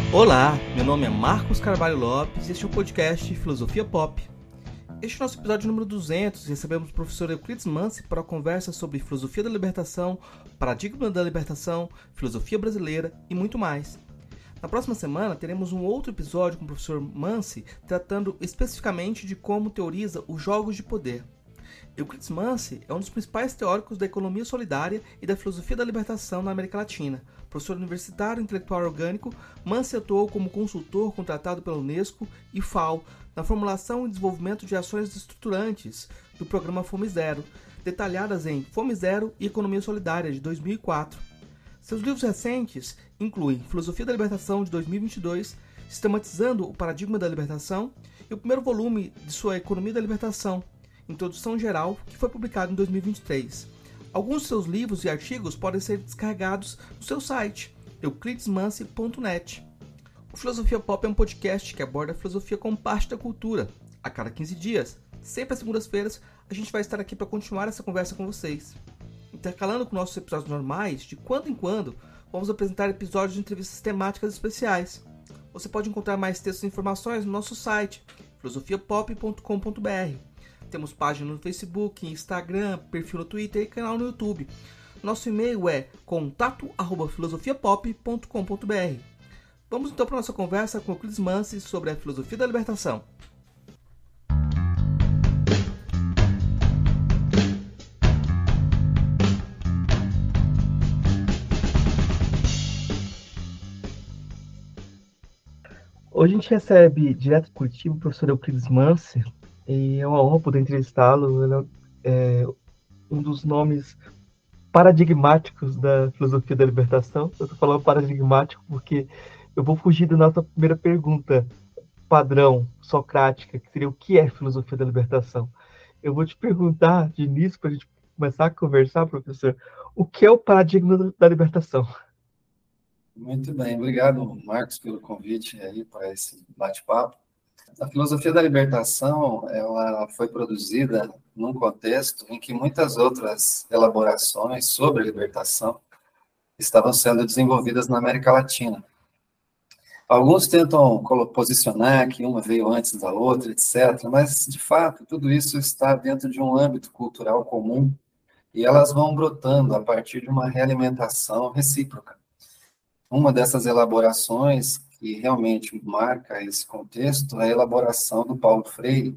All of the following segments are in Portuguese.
Olá, meu nome é Marcos Carvalho Lopes e este é o podcast Filosofia Pop. Este é o nosso episódio número 200 e recebemos o professor Euclides Mansi para uma conversa sobre filosofia da libertação, paradigma da libertação, filosofia brasileira e muito mais. Na próxima semana teremos um outro episódio com o professor Mansi tratando especificamente de como teoriza os jogos de poder. Euclides Mansi é um dos principais teóricos da economia solidária e da filosofia da libertação na América Latina. Professor universitário e intelectual orgânico, Mansi atuou como consultor contratado pela Unesco e FAO na formulação e desenvolvimento de ações estruturantes do programa Fome Zero, detalhadas em Fome Zero e Economia Solidária, de 2004. Seus livros recentes incluem Filosofia da Libertação, de 2022, Sistematizando o Paradigma da Libertação, e o primeiro volume de sua Economia da Libertação, Introdução Geral, que foi publicado em 2023. Alguns de seus livros e artigos podem ser descarregados no seu site, euclidesmansi.net. O Filosofia Pop é um podcast que aborda a filosofia como parte da cultura. A cada 15 dias, sempre às segundas-feiras, a gente vai estar aqui para continuar essa conversa com vocês. Intercalando com nossos episódios normais, de quando em quando, vamos apresentar episódios de entrevistas temáticas especiais. Você pode encontrar mais textos e informações no nosso site, filosofiapop.com.br. Temos página no Facebook, Instagram, perfil no Twitter e canal no YouTube. Nosso e-mail é contato@filosofiapop.com.br. Vamos então para a nossa conversa com o Euclides Mansi sobre a filosofia da libertação. Hoje a gente recebe direto de Curitiba o professor Euclides Mansi, e é uma honra poder entrevistá-lo. Ele é um dos nomes paradigmáticos da filosofia da libertação. Eu estou falando paradigmático porque eu vou fugir da nossa primeira pergunta padrão, socrática, que seria o que é filosofia da libertação. Eu vou te perguntar de início, para a gente começar a conversar, professor, o que é o paradigma da libertação? Muito bem, obrigado, Marcos, pelo convite aí para esse bate-papo. A filosofia da libertação, ela foi produzida num contexto em que muitas outras elaborações sobre a libertação estavam sendo desenvolvidas na América Latina. Alguns tentam posicionar que uma veio antes da outra, etc., mas, de fato, tudo isso está dentro de um âmbito cultural comum e elas vão brotando a partir de uma realimentação recíproca. Uma dessas elaborações que realmente marca esse contexto é a elaboração do Paulo Freire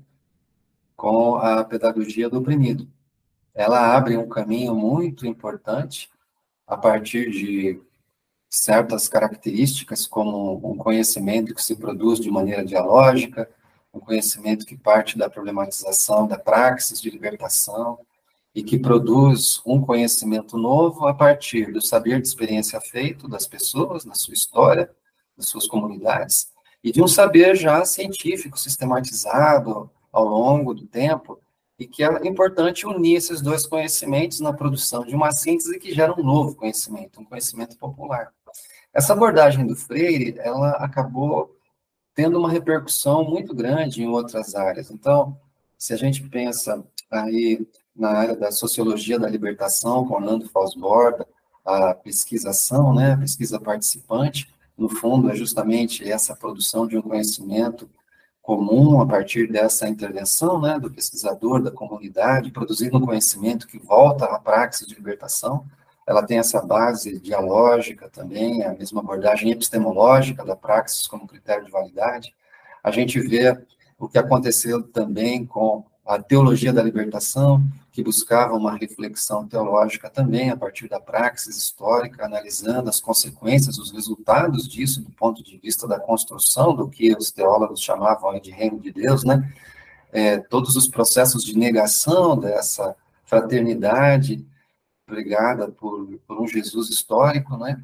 com a pedagogia do oprimido. Ela abre um caminho muito importante a partir de certas características, como um conhecimento que se produz de maneira dialógica, um conhecimento que parte da problematização da praxis de libertação e que produz um conhecimento novo a partir do saber de experiência feito das pessoas, da sua história, das suas comunidades, e de um saber já científico, sistematizado ao longo do tempo, e que é importante unir esses dois conhecimentos na produção de uma síntese que gera um novo conhecimento, um conhecimento popular. Essa abordagem do Freire, ela acabou tendo uma repercussão muito grande em outras áreas. Então, se a gente pensa aí na área da sociologia da libertação, com Orlando Falsborda, a pesquisação, né, a pesquisa participante, no fundo, é justamente essa produção de um conhecimento comum a partir dessa intervenção, né, do pesquisador, da comunidade, produzindo um conhecimento que volta à praxis de libertação. Ela tem essa base dialógica também, a mesma abordagem epistemológica da praxis como critério de validade. A gente vê o que aconteceu também com a teologia da libertação, que buscava uma reflexão teológica também a partir da praxis histórica, analisando as consequências, os resultados disso do ponto de vista da construção do que os teólogos chamavam de reino de Deus, né? Todos os processos de negação dessa fraternidade pregada por um Jesus histórico, né?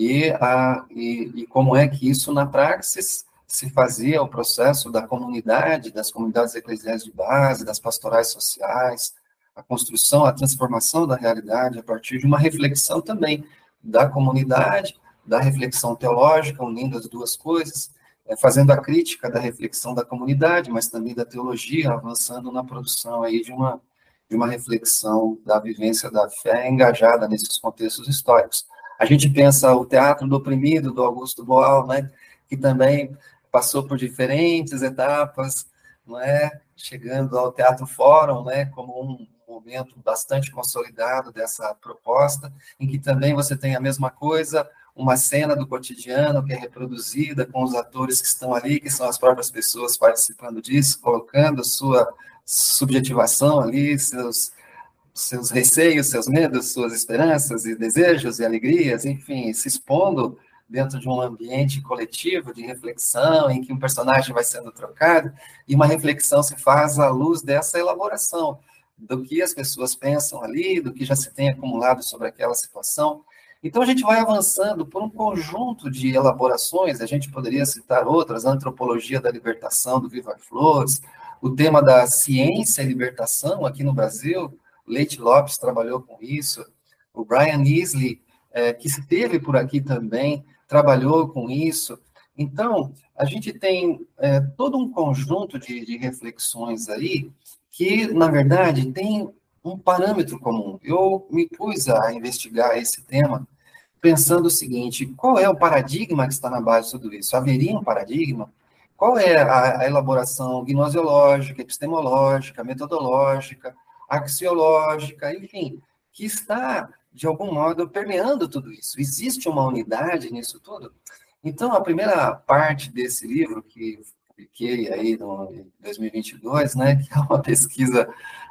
E como é que isso na praxis se fazia o processo da comunidade, das comunidades eclesiais de base, das pastorais sociais, a construção, a transformação da realidade a partir de uma reflexão também da comunidade, da reflexão teológica, unindo as duas coisas, fazendo a crítica da reflexão da comunidade, mas também da teologia, avançando na produção aí de uma reflexão da vivência da fé engajada nesses contextos históricos. A gente pensa o teatro do oprimido, do Augusto Boal, né, que também passou por diferentes etapas, não é? Chegando ao Teatro Fórum, né, como um momento bastante consolidado dessa proposta, em que também você tem a mesma coisa, uma cena do cotidiano que é reproduzida com os atores que estão ali, que são as próprias pessoas participando disso, colocando sua subjetivação ali, seus receios, seus medos, suas esperanças e desejos e alegrias, enfim, se expondo dentro de um ambiente coletivo de reflexão, em que um personagem vai sendo trocado, e uma reflexão se faz à luz dessa elaboração, do que as pessoas pensam ali, do que já se tem acumulado sobre aquela situação. Então, a gente vai avançando por um conjunto de elaborações, a gente poderia citar outras, a antropologia da libertação, do Vivar Flores, o tema da ciência e libertação aqui no Brasil, Leite Lopes trabalhou com isso, o Brian Easley, que esteve por aqui também, trabalhou com isso. Então, a gente tem todo um conjunto de reflexões aí que, na verdade, tem um parâmetro comum. Eu me pus a investigar esse tema pensando o seguinte: qual é o paradigma que está na base de tudo isso? Haveria um paradigma? Qual é a elaboração gnoseológica, epistemológica, metodológica, axiológica, enfim, que está, de algum modo, permeando tudo isso? Existe uma unidade nisso tudo? Então, a primeira parte desse livro, que publiquei aí em 2022, né, que é uma pesquisa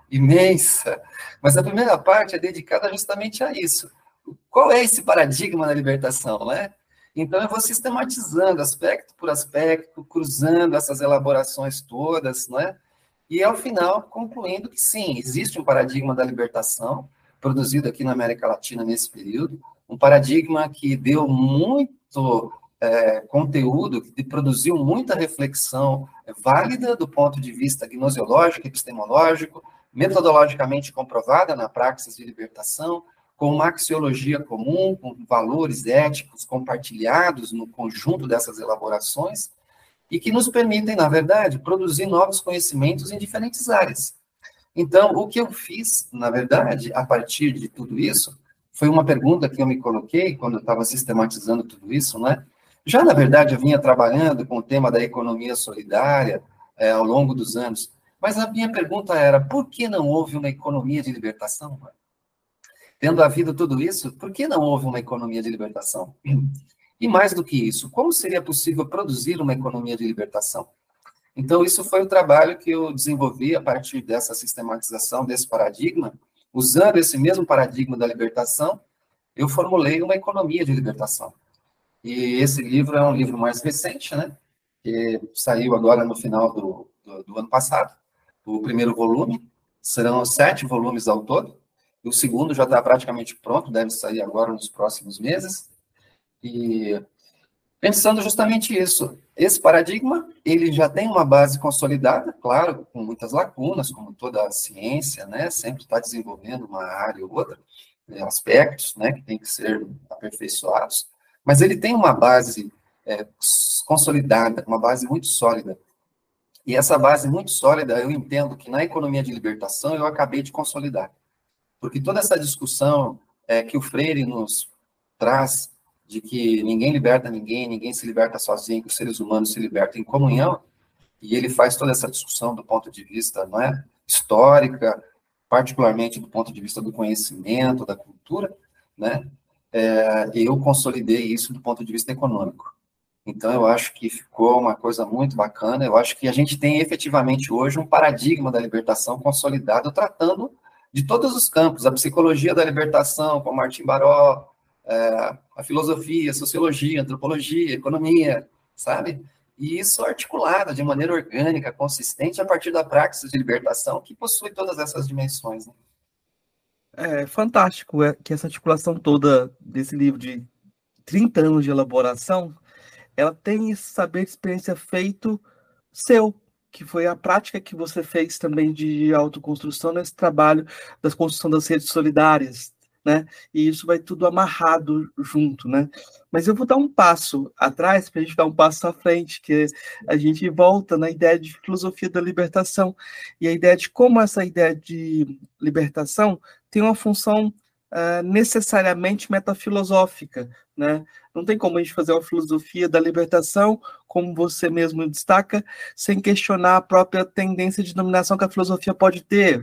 imensa, mas a primeira parte é dedicada justamente a isso. Qual é esse paradigma da libertação, né? Então, eu vou sistematizando aspecto por aspecto, cruzando essas elaborações todas, né? E, ao final, concluindo que, sim, existe um paradigma da libertação, produzido aqui na América Latina nesse período, um paradigma que deu muito conteúdo, que produziu muita reflexão válida do ponto de vista gnoseológico, epistemológico, metodologicamente comprovada na praxis de libertação, com uma axiologia comum, com valores éticos compartilhados no conjunto dessas elaborações, e que nos permitem, na verdade, produzir novos conhecimentos em diferentes áreas. Então, o que eu fiz, na verdade, a partir de tudo isso, foi uma pergunta que eu me coloquei quando eu estava sistematizando tudo isso, né? Já, na verdade, eu vinha trabalhando com o tema da economia solidária ao longo dos anos, mas a minha pergunta era: por que não houve uma economia de libertação? Tendo havido tudo isso, por que não houve uma economia de libertação? E mais do que isso, como seria possível produzir uma economia de libertação? Então, isso foi o trabalho que eu desenvolvi a partir dessa sistematização, desse paradigma. Usando esse mesmo paradigma da libertação, eu formulei uma economia de libertação. E esse livro é um livro mais recente, né? Que saiu agora no final do ano passado. O primeiro volume, serão 7 volumes ao todo. O segundo já está praticamente pronto, deve sair agora nos próximos meses. E pensando justamente isso, esse paradigma, ele já tem uma base consolidada, claro, com muitas lacunas, como toda a ciência, né? Sempre está desenvolvendo uma área ou outra, aspectos, né, que tem que ser aperfeiçoados, mas ele tem uma base consolidada, uma base muito sólida. E essa base muito sólida, eu entendo que na economia de libertação eu acabei de consolidar. Porque toda essa discussão que o Freire nos traz, de que ninguém liberta ninguém, ninguém se liberta sozinho, que os seres humanos se libertam em comunhão, e ele faz toda essa discussão do ponto de vista, não é, histórica, particularmente do ponto de vista do conhecimento, da cultura, né, eu consolidei isso do ponto de vista econômico. Então, eu acho que ficou uma coisa muito bacana. Eu acho que a gente tem efetivamente hoje um paradigma da libertação consolidado, tratando de todos os campos, a psicologia da libertação, com Martim Baró, a filosofia, a sociologia, a antropologia, a economia, sabe? E isso articulado de maneira orgânica, consistente, a partir da praxis de libertação, que possui todas essas dimensões, né? É fantástico que essa articulação toda desse livro de 30 anos de elaboração, ela tem esse saber de experiência feito seu, que foi a prática que você fez também de autoconstrução nesse trabalho da construção das redes solidárias, né? E isso vai tudo amarrado junto, né? Mas eu vou dar um passo atrás para a gente dar um passo à frente, que a gente volta na ideia de filosofia da libertação e a ideia de como essa ideia de libertação tem uma função necessariamente metafilosófica, né? Não tem como a gente fazer uma filosofia da libertação, como você mesmo destaca, sem questionar a própria tendência de dominação que a filosofia pode ter,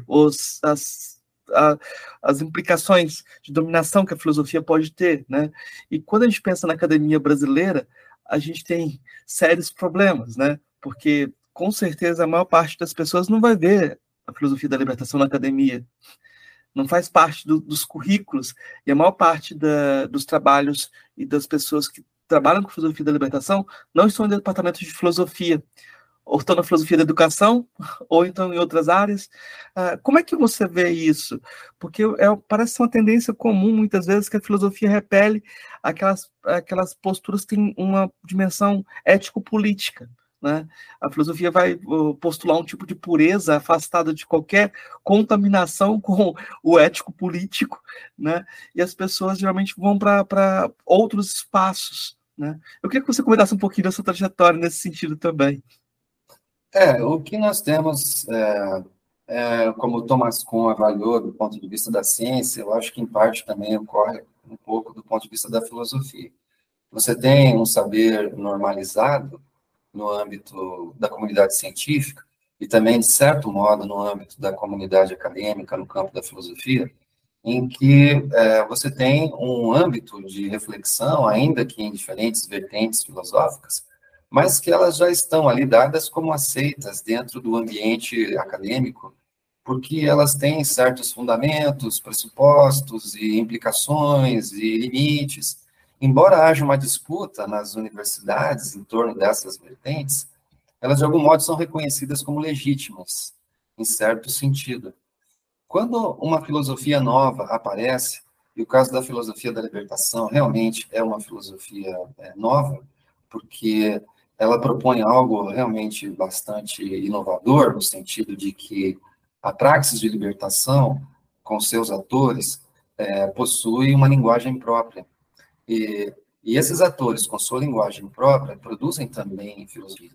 as implicações de dominação que a filosofia pode ter, né? E quando a gente pensa na academia brasileira, a gente tem sérios problemas, né? Porque, com certeza, a maior parte das pessoas não vai ver a filosofia da libertação na academia, não faz parte dos currículos, e a maior parte dos trabalhos e das pessoas que trabalham com filosofia da libertação não estão em departamentos de filosofia, ou estão na filosofia da educação, ou então em outras áreas. Como é que você vê isso? Porque parece uma tendência comum, muitas vezes, que a filosofia repele aquelas posturas que têm uma dimensão ético-política, né? A filosofia vai postular um tipo de pureza afastada de qualquer contaminação com o ético-político, né? E as pessoas geralmente vão para outros espaços, né? Eu queria que você comentasse um pouquinho dessa trajetória nesse sentido também. O que nós temos, como o Thomas Kuhn avaliou do ponto de vista da ciência, eu acho que em parte também ocorre um pouco do ponto de vista da filosofia. Você tem um saber normalizado no âmbito da comunidade científica e também, de certo modo, no âmbito da comunidade acadêmica, no campo da filosofia, em que você tem um âmbito de reflexão, ainda que em diferentes vertentes filosóficas, mas que elas já estão ali dadas como aceitas dentro do ambiente acadêmico, porque elas têm certos fundamentos, pressupostos e implicações e limites. Embora haja uma disputa nas universidades em torno dessas vertentes, elas de algum modo são reconhecidas como legítimas, em certo sentido. Quando uma filosofia nova aparece, e o caso da filosofia da libertação realmente é uma filosofia nova, porque ela propõe algo realmente bastante inovador, no sentido de que a praxis de libertação, com seus atores, possui uma linguagem própria. E esses atores, com sua linguagem própria, produzem também filosofia.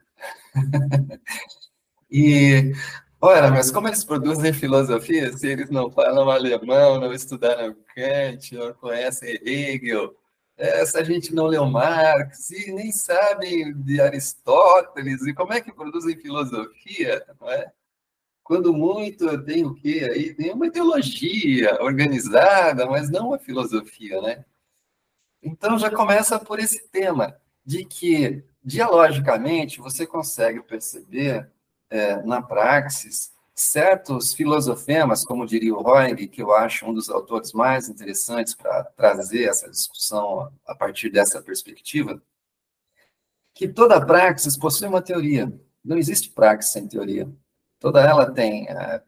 E, ora, mas como eles produzem filosofia se eles não falam alemão, não estudaram Kant, não conhecem Hegel? Se a gente não leu Marx e nem sabe de Aristóteles, e como é que produzem filosofia, não é? Quando muito tem o quê aí? Tem uma ideologia organizada, mas não uma filosofia, né? Então já começa por esse tema, de que, dialogicamente, você consegue perceber na praxis certos filosofemas, como diria o Roig, que eu acho um dos autores mais interessantes para trazer essa discussão a partir dessa perspectiva, que toda praxis possui uma teoria. Não existe praxis sem teoria. Toda ela tem,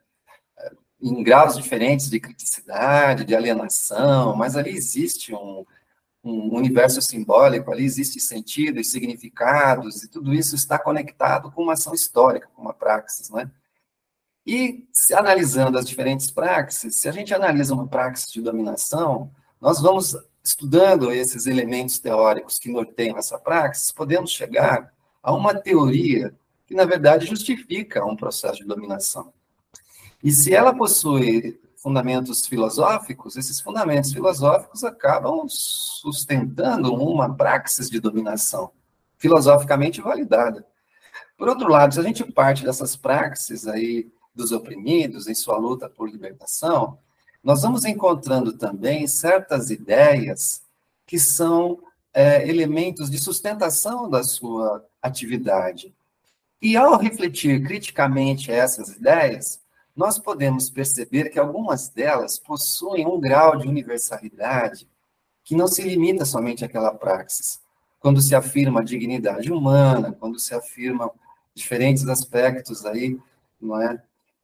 em graus diferentes de criticidade, de alienação, mas ali existe um universo simbólico, ali existe sentido e significados, e tudo isso está conectado com uma ação histórica, com uma praxis, né? E, analisando as diferentes praxis, se a gente analisa uma praxis de dominação, nós vamos estudando esses elementos teóricos que norteiam essa praxis, podemos chegar a uma teoria que, na verdade, justifica um processo de dominação. E se ela possui fundamentos filosóficos, esses fundamentos filosóficos acabam sustentando uma praxis de dominação, filosoficamente validada. Por outro lado, se a gente parte dessas praxis aí dos oprimidos em sua luta por libertação, nós vamos encontrando também certas ideias que são elementos de sustentação da sua atividade. E ao refletir criticamente essas ideias, nós podemos perceber que algumas delas possuem um grau de universalidade que não se limita somente àquela praxis. Quando se afirma a dignidade humana, quando se afirma diferentes aspectos aí, não é?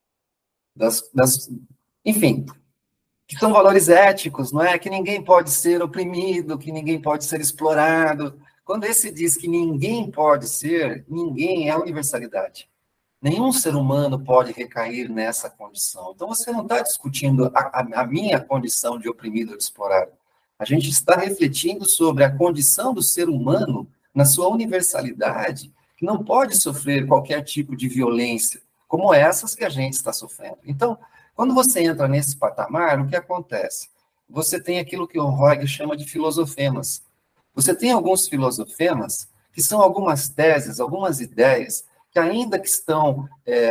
Enfim, que são valores éticos, não é? Que ninguém pode ser oprimido, que ninguém pode ser explorado. Quando esse diz que ninguém pode ser, ninguém é universalidade. Nenhum ser humano pode recair nessa condição. Então, você não está discutindo a minha condição de oprimido ou de explorado. A gente está refletindo sobre a condição do ser humano na sua universalidade, que não pode sofrer qualquer tipo de violência, como essas que a gente está sofrendo. Então, quando você entra nesse patamar, o que acontece? você tem aquilo que o Roig chama de filosofemas. Você tem alguns filosofemas que são algumas teses, algumas ideias, que ainda que estão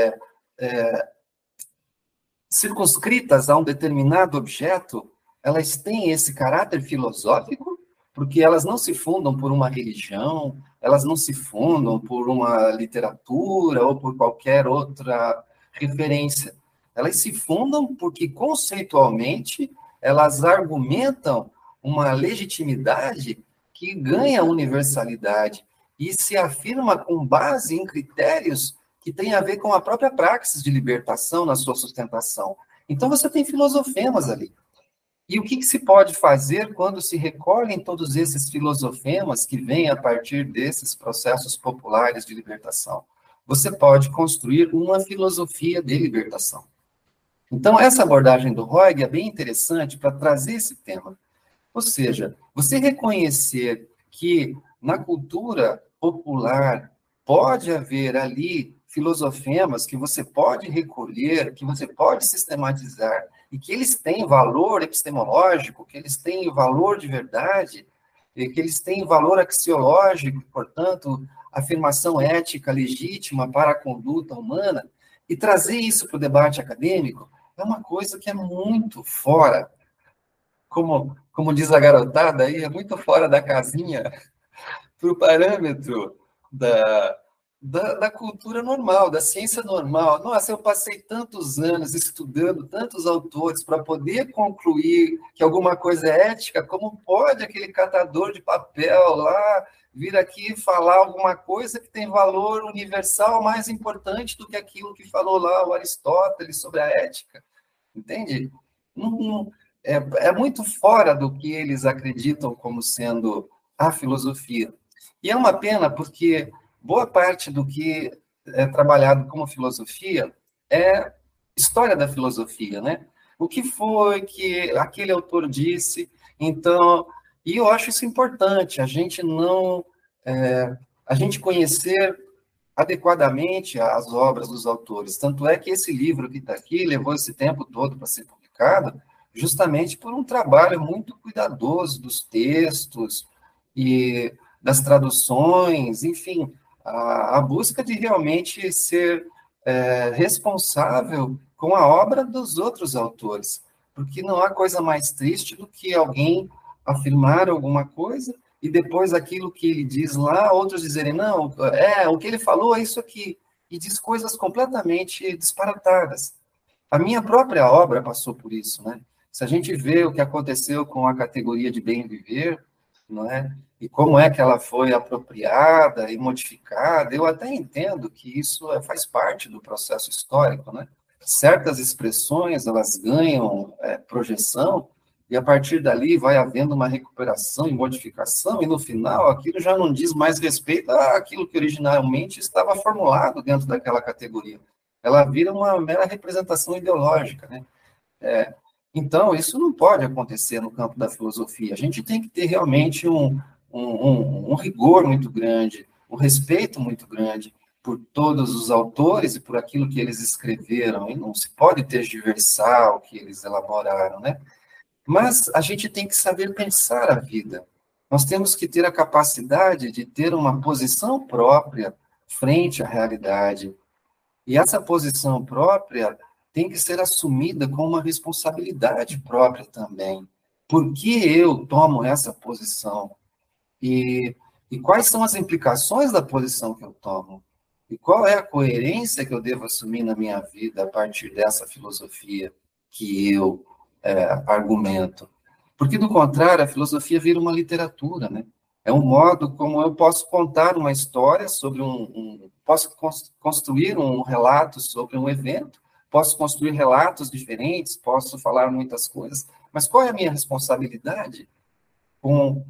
circunscritas a um determinado objeto, elas têm esse caráter filosófico, porque elas não se fundam por uma religião, elas não se fundam por uma literatura ou por qualquer outra referência. Elas se fundam porque, conceitualmente, elas argumentam uma legitimidade que ganha universalidade e se afirma com base em critérios que têm a ver com a própria praxis de libertação na sua sustentação. Então, você tem filosofemas ali. E o que se pode fazer quando se recolhem todos esses filosofemas que vêm a partir desses processos populares de libertação? Você pode construir uma filosofia de libertação. Então, essa abordagem do Roig é bem interessante para trazer esse tema. Ou seja, você reconhecer que na cultura popular pode haver ali filosofemas que você pode recolher, que você pode sistematizar, e que eles têm valor epistemológico, que eles têm valor de verdade, e que eles têm valor axiológico, portanto, afirmação ética legítima para a conduta humana, e trazer isso para o debate acadêmico é uma coisa que é muito fora, como diz a garotada aí, é muito fora da casinha para o parâmetro da cultura normal, da ciência normal. Nossa, eu passei tantos anos estudando tantos autores para poder concluir que alguma coisa é ética, como pode aquele catador de papel lá vir aqui falar alguma coisa que tem valor universal mais importante do que aquilo que falou lá o Aristóteles sobre a ética? Entende? É muito fora do que eles acreditam como sendo a filosofia. E é uma pena porque boa parte do que é trabalhado como filosofia é história da filosofia, né? O que foi que aquele autor disse? Então, e eu acho isso importante, a gente não... a gente conhecer adequadamente as obras dos autores. Tanto é que esse livro que está aqui levou esse tempo todo para ser publicado, justamente por um trabalho muito cuidadoso dos textos e das traduções, enfim, a busca de realmente ser responsável com a obra dos outros autores, porque não há coisa mais triste do que alguém afirmar alguma coisa e depois aquilo que ele diz lá, outros dizerem, não, o que ele falou é isso aqui, e diz coisas completamente disparatadas. A minha própria obra passou por isso, né? Se a gente vê o que aconteceu com a categoria de bem viver, não é? E como é que ela foi apropriada e modificada, eu até entendo que isso faz parte do processo histórico, né? Certas expressões, elas ganham projeção, e a partir dali vai havendo uma recuperação e modificação, e no final aquilo já não diz mais respeito àquilo que originalmente estava formulado dentro daquela categoria. Ela vira uma mera representação ideológica, né? Então, isso não pode acontecer no campo da filosofia. A gente tem que ter realmente um rigor muito grande, um respeito muito grande por todos os autores e por aquilo que eles escreveram, e não se pode tergiversar o que eles elaboraram, né? Mas a gente tem que saber pensar a vida. Nós temos que ter a capacidade de ter uma posição própria frente à realidade. E essa posição própria tem que ser assumida com uma responsabilidade própria também. Por que eu tomo essa posição? E quais são as implicações da posição que eu tomo? E qual é a coerência que eu devo assumir na minha vida a partir dessa filosofia que eu argumento? Porque, do contrário, a filosofia vira uma literatura, né? É um modo como eu posso contar uma história sobre posso construir um relato sobre um evento, posso construir relatos diferentes, posso falar muitas coisas, mas qual é a minha responsabilidade com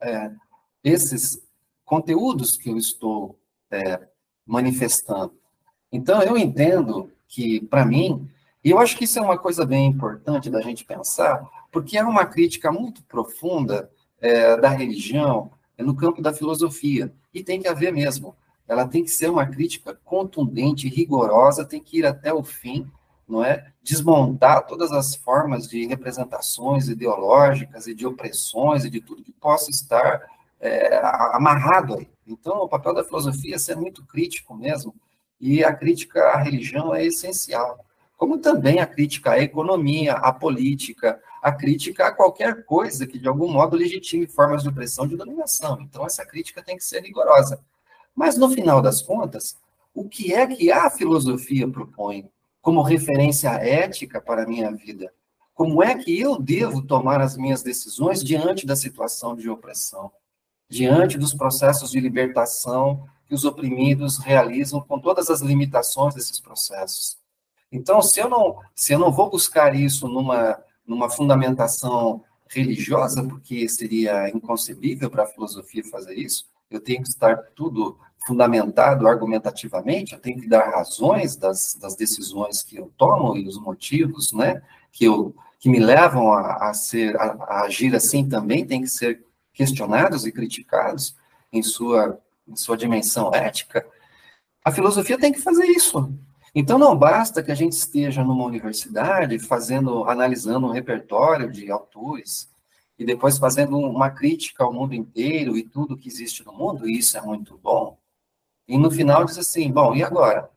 esses conteúdos que eu estou manifestando? Então, eu entendo que, para mim, e eu acho que isso é uma coisa bem importante da gente pensar, porque é uma crítica muito profunda da religião no campo da filosofia, e tem que haver mesmo. Ela tem que ser uma crítica contundente, rigorosa, tem que ir até o fim, não é? Desmontar todas as formas de representações ideológicas e de opressões e de tudo que possa estar amarrado aí. Então, o papel da filosofia é ser muito crítico mesmo, e a crítica à religião é essencial, como também a crítica à economia, à política, a crítica a qualquer coisa que, de algum modo, legitime formas de opressão e de dominação. Então, essa crítica tem que ser rigorosa. Mas, no final das contas, o que é que a filosofia propõe como referência ética para a minha vida? Como é que eu devo tomar as minhas decisões diante da situação de opressão, diante dos processos de libertação que os oprimidos realizam com todas as limitações desses processos? Então, se eu não vou buscar isso numa fundamentação religiosa, porque seria inconcebível para a filosofia fazer isso, eu tenho que estar tudo fundamentado argumentativamente, eu tenho que dar razões das decisões que eu tomo e os motivos, né, que me levam a agir assim também têm que ser questionados e criticados em sua dimensão ética. A filosofia tem que fazer isso. Então, não basta que a gente esteja numa universidade analisando um repertório de autores e depois fazendo uma crítica ao mundo inteiro e tudo que existe no mundo, e isso é muito bom. E no final diz assim, bom, e agora?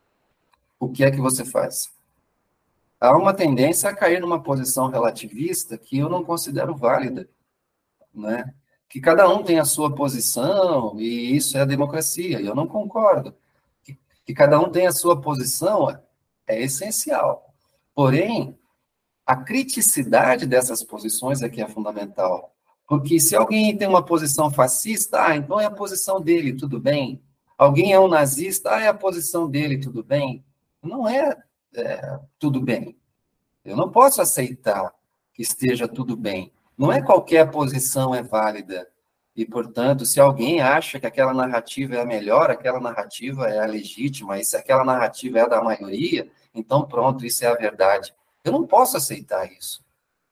O que é que você faz? Há uma tendência a cair numa posição relativista que eu não considero válida, né? Que cada um tem a sua posição e isso é a democracia, e eu não concordo. Que cada um tem a sua posição é essencial. Porém, a criticidade dessas posições é que é fundamental. Porque se alguém tem uma posição fascista, então é a posição dele, tudo bem. Alguém é um nazista, é a posição dele, tudo bem. Não tudo bem. Eu não posso aceitar que esteja tudo bem. Não é qualquer posição é válida. E, portanto, se alguém acha que aquela narrativa é a melhor, aquela narrativa é a legítima, e se aquela narrativa é a da maioria, então pronto, isso é a verdade. Eu não posso aceitar isso.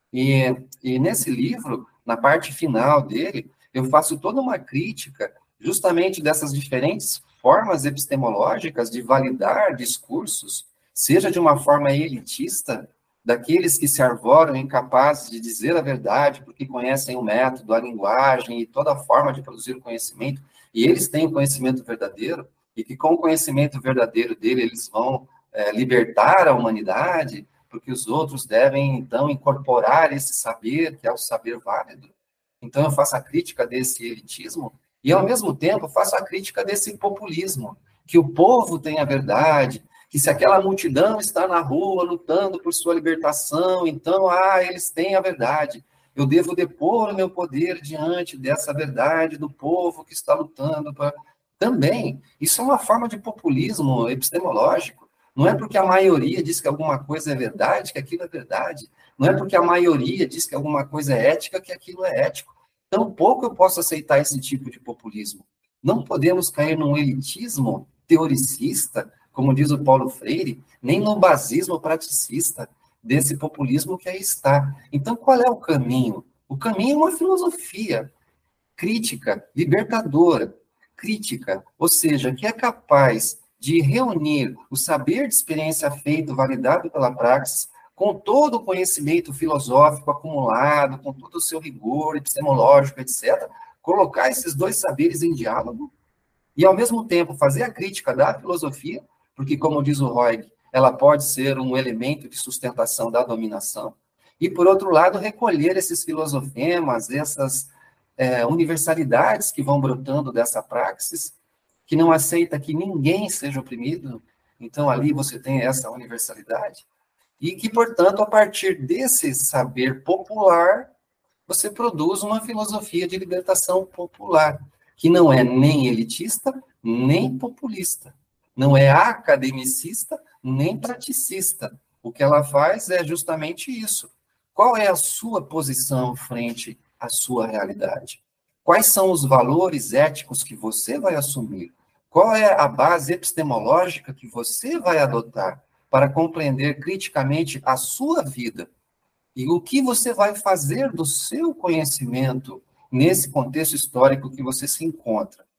E nesse livro, na parte final dele, eu faço toda uma crítica justamente dessas diferentes formas epistemológicas de validar discursos, seja de uma forma elitista, daqueles que se arvoram incapazes de dizer a verdade, porque conhecem o método, a linguagem e toda a forma de produzir o conhecimento, e eles têm o conhecimento verdadeiro, e que com o conhecimento verdadeiro dele eles vão libertar a humanidade, porque os outros devem, então, incorporar esse saber, que é o saber válido. Então, eu faço a crítica desse elitismo e, ao mesmo tempo, faço a crítica desse populismo, que o povo tem a verdade, que se aquela multidão está na rua lutando por sua libertação, então, eles têm a verdade. Eu devo depor o meu poder diante dessa verdade do povo que está lutando. Também, isso é uma forma de populismo epistemológico. Não é porque a maioria diz que alguma coisa é verdade, que aquilo é verdade. Não é porque a maioria diz que alguma coisa é ética, que aquilo é ético. Tampouco eu posso aceitar esse tipo de populismo. Não podemos cair num elitismo teoricista, como diz o Paulo Freire, nem no basismo praticista desse populismo que aí está. Então, qual é o caminho? O caminho é uma filosofia crítica, libertadora, crítica, ou seja, que é capaz de reunir o saber de experiência feito, validado pela praxis, com todo o conhecimento filosófico acumulado, com todo o seu rigor epistemológico, etc., colocar esses dois saberes em diálogo e, ao mesmo tempo, fazer a crítica da filosofia, porque, como diz o Roig, ela pode ser um elemento de sustentação da dominação, e, por outro lado, recolher esses filosofemas, essas universalidades que vão brotando dessa praxis, que não aceita que ninguém seja oprimido, então ali você tem essa universalidade, e que, portanto, a partir desse saber popular, você produz uma filosofia de libertação popular, que não é nem elitista, nem populista, não é academicista, nem praticista. O que ela faz é justamente isso. Qual é a sua posição frente à sua realidade? Quais são os valores éticos que você vai assumir? Qual é a base epistemológica que você vai adotar para compreender criticamente a sua vida? E o que você vai fazer do seu conhecimento nesse contexto histórico que você se encontra?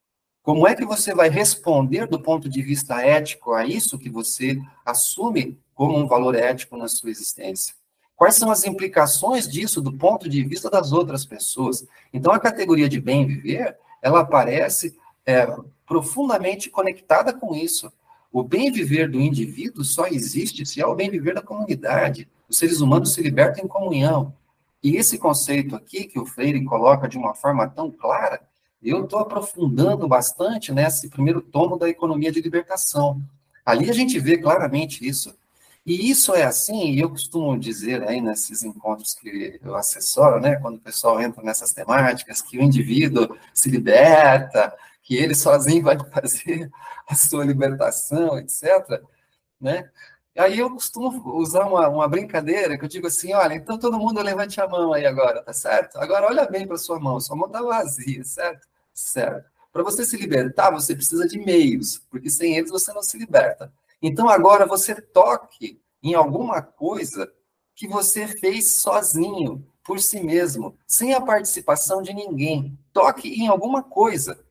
Como é que você vai responder do ponto de vista ético a isso que você assume como um valor ético na sua existência? Quais são as implicações disso do ponto de vista das outras pessoas? Então, a categoria de bem viver, ela aparece profundamente conectada com isso. O bem viver do indivíduo só existe se é o bem viver da comunidade. Os seres humanos se libertam em comunhão. E esse conceito aqui, que o Freire coloca de uma forma tão clara, eu estou aprofundando bastante nesse primeiro tomo da Economia de Libertação. Ali a gente vê claramente isso. E isso é assim, e eu costumo dizer aí nesses encontros que eu assessoro, né, quando o pessoal entra nessas temáticas, que o indivíduo se liberta, que ele sozinho vai fazer a sua libertação, etc., né? Aí eu costumo usar uma brincadeira, que eu digo assim, olha, então todo mundo levante a mão aí agora, tá certo? Agora olha bem para sua mão está vazia, certo? Certo. Para você se libertar, você precisa de meios, porque sem eles você não se liberta. Então agora você toque em alguma coisa que você fez sozinho, por si mesmo, sem a participação de ninguém. Toque em alguma coisa.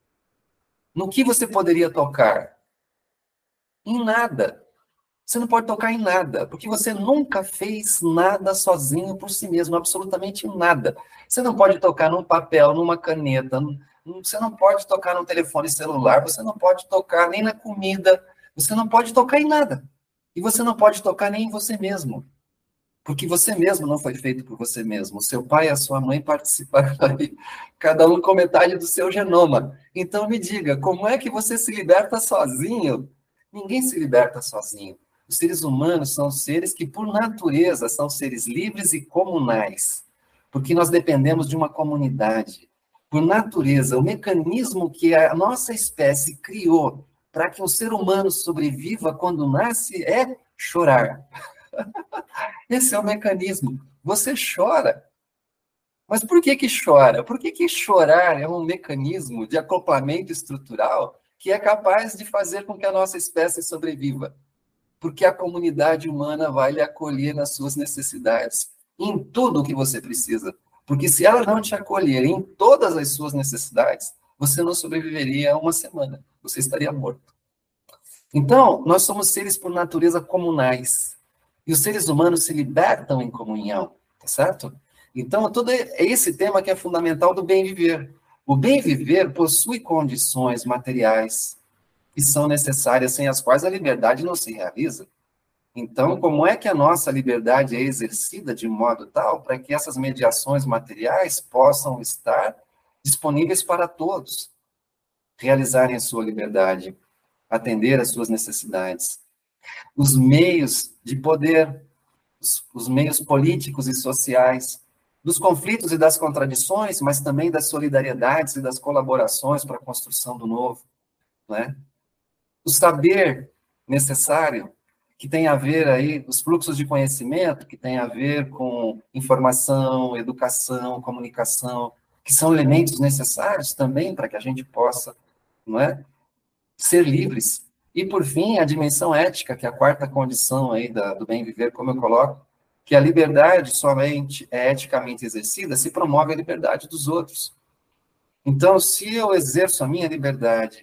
No que você poderia tocar? Em nada. Você não pode tocar em nada, porque você nunca fez nada sozinho por si mesmo, absolutamente nada. Você não pode tocar num papel, numa caneta, você não pode tocar no telefone celular, você não pode tocar nem na comida, você não pode tocar em nada. E você não pode tocar nem em você mesmo, porque você mesmo não foi feito por você mesmo. O seu pai e a sua mãe participaram aí, cada um com metade do seu genoma. Então me diga, como é que você se liberta sozinho? Ninguém se liberta sozinho. Os seres humanos são seres que, por natureza, são seres livres e comunais, porque nós dependemos de uma comunidade. Por natureza, o mecanismo que a nossa espécie criou para que um ser humano sobreviva quando nasce é chorar. Esse é o mecanismo. Você chora. Mas por que que chora? Por que que chorar é um mecanismo de acoplamento estrutural que é capaz de fazer com que a nossa espécie sobreviva? Porque a comunidade humana vai lhe acolher nas suas necessidades, em tudo o que você precisa. Porque se ela não te acolher em todas as suas necessidades, você não sobreviveria a uma semana, você estaria morto. Então, nós somos seres por natureza comunais, e os seres humanos se libertam em comunhão, tá certo? Então, todo esse tema que é fundamental do bem viver. O bem viver possui condições materiais que são necessárias, sem as quais a liberdade não se realiza. Então, como é que a nossa liberdade é exercida de modo tal para que essas mediações materiais possam estar disponíveis para todos, realizarem a sua liberdade, atender às suas necessidades? Os meios de poder, os meios políticos e sociais, dos conflitos e das contradições, mas também das solidariedades e das colaborações para a construção do novo, né? O saber necessário, que tem a ver aí, os fluxos de conhecimento, que tem a ver com informação, educação, comunicação, que são elementos necessários também para que a gente possa, não é, ser livres. E, por fim, a dimensão ética, que é a quarta condição aí do bem viver, como eu coloco, que a liberdade somente é eticamente exercida se promove a liberdade dos outros. Então, se eu exerço a minha liberdade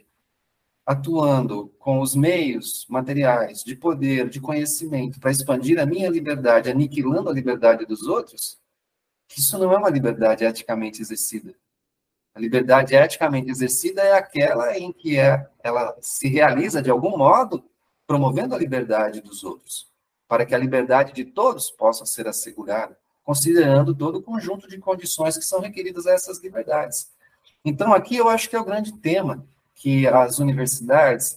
atuando com os meios materiais de poder, de conhecimento, para expandir a minha liberdade, aniquilando a liberdade dos outros, isso não é uma liberdade eticamente exercida. A liberdade eticamente exercida é aquela em que ela se realiza de algum modo, promovendo a liberdade dos outros, para que a liberdade de todos possa ser assegurada, considerando todo o conjunto de condições que são requeridas a essas liberdades. Então, aqui eu acho que é o grande tema, que as universidades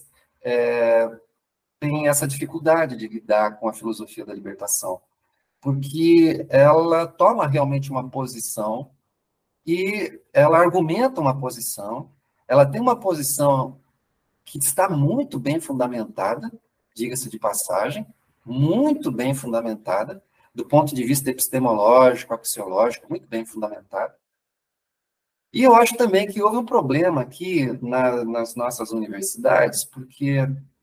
têm essa dificuldade de lidar com a filosofia da libertação, porque ela toma realmente uma posição e ela argumenta uma posição, ela tem uma posição que está muito bem fundamentada, diga-se de passagem, muito bem fundamentada, do ponto de vista epistemológico, axiológico, muito bem fundamentada. E eu acho também que houve um problema aqui nas nossas universidades, porque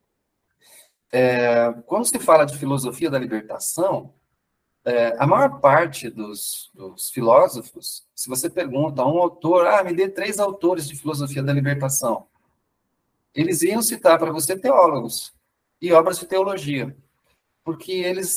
quando se fala de filosofia da libertação, a maior parte dos filósofos, se você pergunta a um autor, me dê 3 autores de filosofia da libertação, eles iam citar para você teólogos e obras de teologia, porque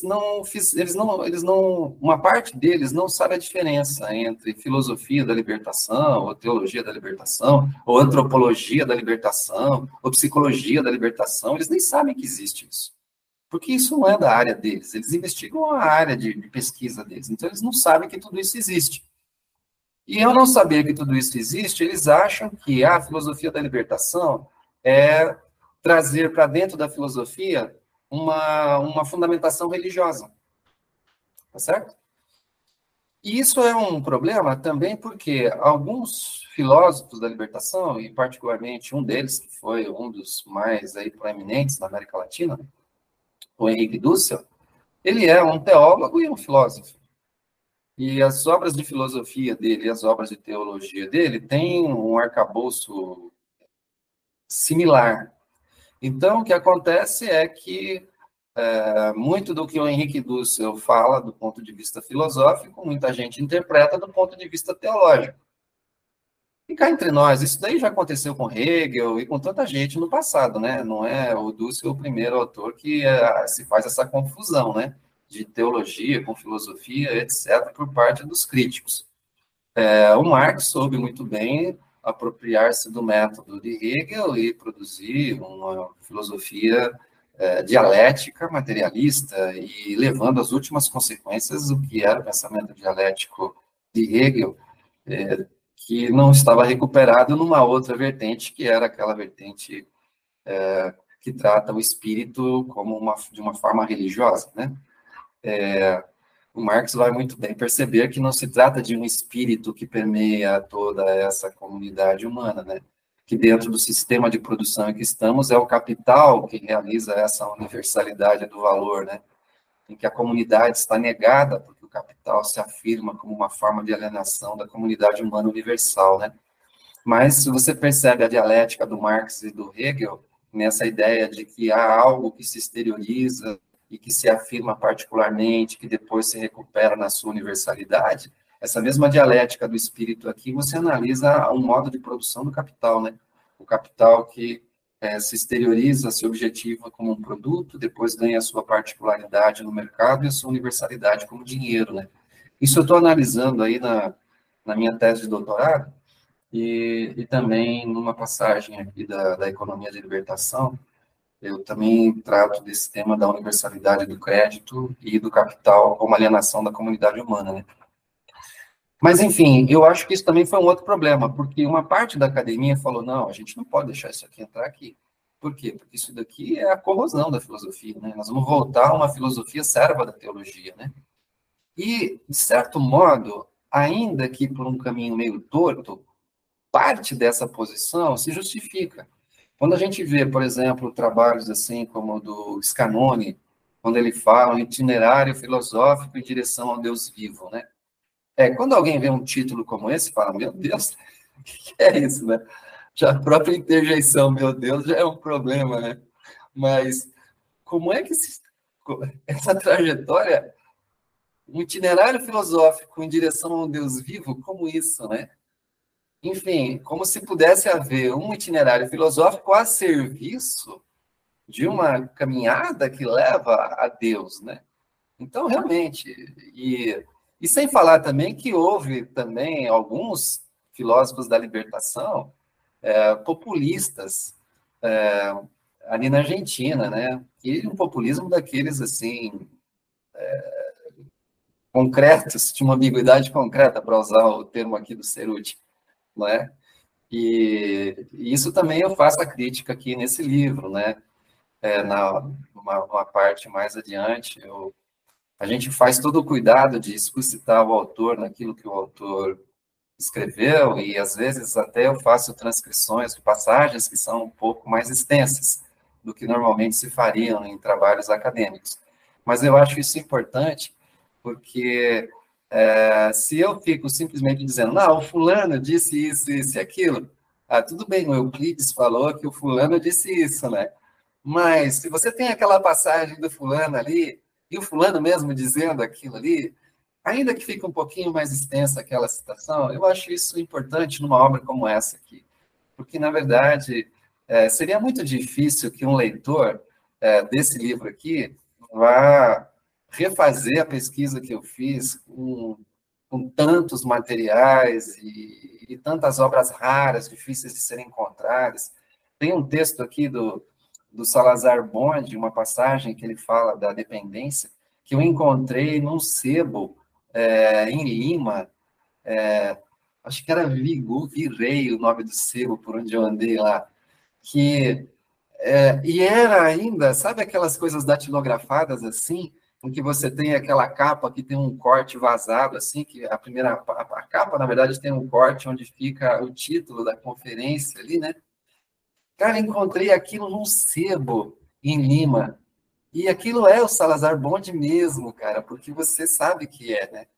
uma parte deles não sabe a diferença entre filosofia da libertação, ou teologia da libertação, ou antropologia da libertação, ou psicologia da libertação, eles nem sabem que existe isso, porque isso não é da área deles, eles investigam a área de pesquisa deles, então eles não sabem que tudo isso existe. E ao não saber que tudo isso existe, eles acham que a filosofia da libertação é trazer para dentro da filosofia uma fundamentação religiosa. Tá certo? E isso é um problema também porque alguns filósofos da libertação, e particularmente um deles, que foi um dos mais aí proeminentes na América Latina, o Henrique Dussel, ele é um teólogo e um filósofo. E as obras de filosofia dele e as obras de teologia dele têm um arcabouço similar. Então, o que acontece é que muito do que o Henrique Dussel fala do ponto de vista filosófico, muita gente interpreta do ponto de vista teológico. E cá entre nós, isso daí já aconteceu com Hegel e com tanta gente no passado, né? Não é o Dussel o primeiro autor que se faz essa confusão, né? De teologia com filosofia, etc., por parte dos críticos. O Marx soube muito bem apropriar-se do método de Hegel e produzir uma filosofia dialética materialista e levando às últimas consequências o que era o pensamento dialético de Hegel, que não estava recuperado numa outra vertente, que era aquela vertente que trata o espírito como de uma forma religiosa, né? O Marx vai muito bem perceber que não se trata de um espírito que permeia toda essa comunidade humana, né? Que dentro do sistema de produção em que estamos é o capital que realiza essa universalidade do valor, né? Em que a comunidade está negada porque o capital se afirma como uma forma de alienação da comunidade humana universal, né? Mas se você percebe a dialética do Marx e do Hegel nessa ideia de que há algo que se exterioriza e que se afirma particularmente, que depois se recupera na sua universalidade, essa mesma dialética do espírito aqui, você analisa um modo de produção do capital, né? O capital que se exterioriza, se objetiva como um produto, depois ganha a sua particularidade no mercado e a sua universalidade como dinheiro, né? Isso eu estou analisando aí na minha tese de doutorado e também numa passagem aqui da economia de libertação, eu também trato desse tema da universalidade do crédito e do capital como alienação da comunidade humana, né? Mas, enfim, eu acho que isso também foi um outro problema, porque uma parte da academia falou, não, a gente não pode deixar isso aqui entrar aqui. Por quê? Porque isso daqui é a corrosão da filosofia, né? Nós vamos voltar a uma filosofia serva da teologia, né? E, de certo modo, ainda que por um caminho meio torto, parte dessa posição se justifica. Quando a gente vê, por exemplo, trabalhos assim como o do Scanoni, quando ele fala um itinerário filosófico em direção ao Deus vivo, né? Quando alguém vê um título como esse, fala, meu Deus, o que é isso, né? Já a própria interjeição, meu Deus, já é um problema, né? Mas como é que essa trajetória, um itinerário filosófico em direção ao Deus vivo, como isso, né? Enfim, como se pudesse haver um itinerário filosófico a serviço de uma caminhada que leva a Deus, né? Então, realmente, e sem falar também que houve também alguns filósofos da libertação populistas ali na Argentina, né? E um populismo daqueles, assim, concretos, de uma ambiguidade concreta, para usar o termo aqui do Cerruti, não é? E isso também eu faço a crítica aqui nesse livro, né? Numa parte mais adiante, a gente faz todo o cuidado de explicitar o autor naquilo que o autor escreveu, e às vezes até eu faço transcrições de passagens que são um pouco mais extensas do que normalmente se fariam em trabalhos acadêmicos. Mas eu acho isso importante, porque se eu fico simplesmente dizendo, não, o fulano disse isso, isso e aquilo, tudo bem, o Euclides falou que o fulano disse isso, né? Mas se você tem aquela passagem do fulano ali, e o fulano mesmo dizendo aquilo ali, ainda que fique um pouquinho mais extensa aquela citação, eu acho isso importante numa obra como essa aqui. Porque, na verdade, seria muito difícil que um leitor desse livro aqui vá refazer a pesquisa que eu fiz com tantos materiais e tantas obras raras, difíceis de serem encontradas. Tem um texto aqui do Salazar Bonde, uma passagem que ele fala da dependência, que eu encontrei num sebo em Lima, acho que era Virrei o nome do sebo por onde eu andei lá, e era ainda, sabe aquelas coisas datilografadas assim, em que você tem aquela capa que tem um corte vazado, assim, que a capa, na verdade, tem um corte onde fica o título da conferência ali, né? Cara, encontrei aquilo num sebo em Lima, e aquilo é o Salazar Bonde mesmo, cara, porque você sabe que é, né?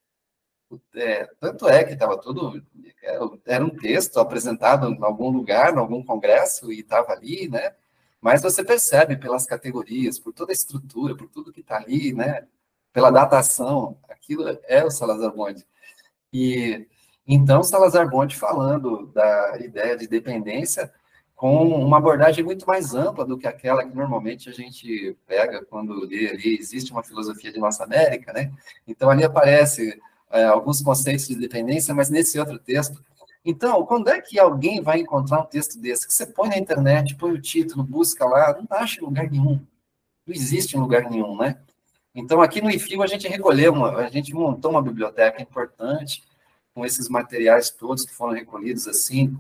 Tanto é que estava tudo. Era um texto apresentado em algum lugar, em algum congresso, e estava ali, né? Mas você percebe pelas categorias, por toda a estrutura, por tudo que está ali, né? Pela datação, aquilo é o Salazar Bonde. E então, Salazar Bonde falando da ideia de dependência com uma abordagem muito mais ampla do que aquela que normalmente a gente pega quando lê ali, existe uma filosofia de nossa América, né? Então, ali aparece alguns conceitos de dependência, mas nesse outro texto. Então, quando é que alguém vai encontrar um texto desse? Que você põe na internet, põe o título, busca lá, não acha em lugar nenhum. Não existe em lugar nenhum, né? Então, aqui no IFIO, a gente montou uma biblioteca importante, com esses materiais todos que foram recolhidos assim,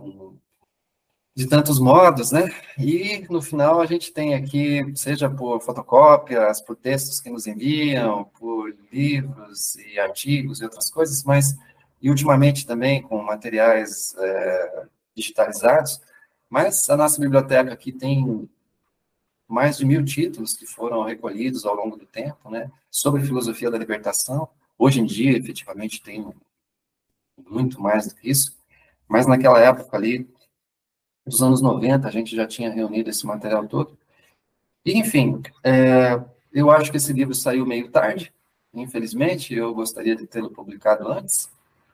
de tantos modos, né? E no final a gente tem aqui, seja por fotocópias, por textos que nos enviam, por livros e artigos e outras coisas, mas e ultimamente também com materiais digitalizados, mas a nossa biblioteca aqui tem mais de 1.000 títulos que foram recolhidos ao longo do tempo, né? Sobre filosofia da libertação. Hoje em dia, efetivamente, tem muito mais do que isso, mas naquela época ali, dos anos 90, a gente já tinha reunido esse material todo. E, enfim, eu acho que esse livro saiu meio tarde, infelizmente, eu gostaria de tê-lo publicado antes,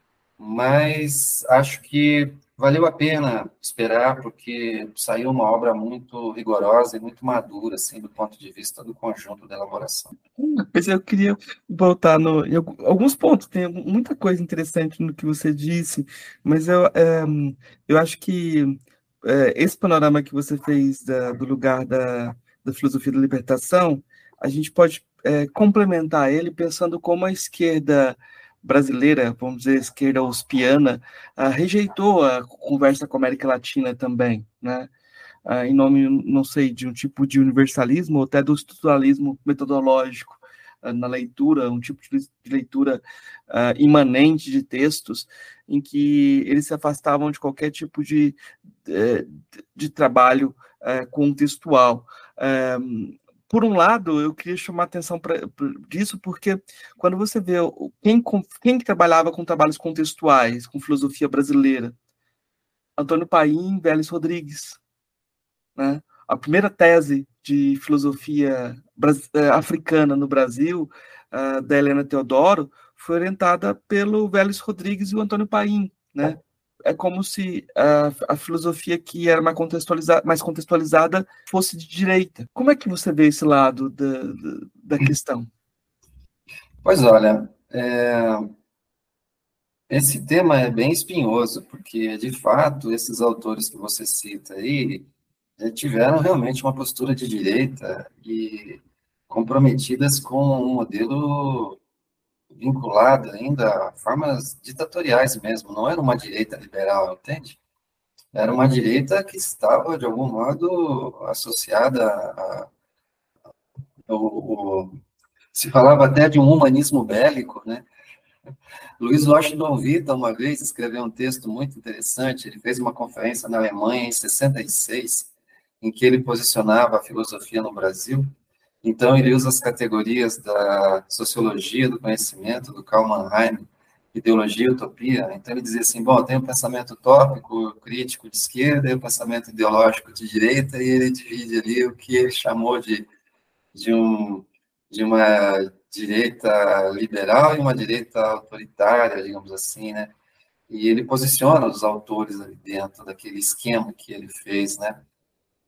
mas acho que valeu a pena esperar, porque saiu uma obra muito rigorosa e muito madura, assim, do ponto de vista do conjunto da elaboração. Pois eu queria voltar em alguns pontos, tem muita coisa interessante no que você disse, mas eu acho que esse panorama que você fez do lugar da filosofia da libertação, a gente pode complementar ele pensando como a esquerda brasileira, vamos dizer, a esquerda uspiana, rejeitou a conversa com a América Latina também, né? Em nome, não sei, de um tipo de universalismo ou até do estruturalismo metodológico na leitura, um tipo de leitura imanente de textos, em que eles se afastavam de qualquer tipo de trabalho contextual. Por um lado, eu queria chamar a atenção para disso, porque quando você vê quem trabalhava com trabalhos contextuais, com filosofia brasileira, Antônio Paim, Vélez Rodrigues, né? A primeira tese de filosofia africana no Brasil, da Helena Teodoro, foi orientada pelo Vélez Rodrigues e o Antônio Paim, né? É como se a filosofia que era mais contextualizada fosse de direita. Como é que você vê esse lado da questão? Pois olha, esse tema é bem espinhoso, porque, de fato, esses autores que você cita aí tiveram realmente uma postura de direita e comprometidas com um modelo vinculado ainda a formas ditatoriais mesmo, não era uma direita liberal, entende? Era uma direita que estava, de algum modo, associada se falava até de um humanismo bélico, né? Luiz Washington Vita, uma vez, escreveu um texto muito interessante, ele fez uma conferência na Alemanha em 66, em que ele posicionava a filosofia no Brasil. Então, ele usa as categorias da sociologia do conhecimento, do Karl Mannheim, ideologia e utopia. Então, ele dizia assim, bom, tem o pensamento utópico, crítico de esquerda, e o pensamento ideológico de direita, e ele divide ali o que ele chamou de, um, de uma direita liberal e uma direita autoritária, digamos assim, né? E ele posiciona os autores ali dentro daquele esquema que ele fez, né?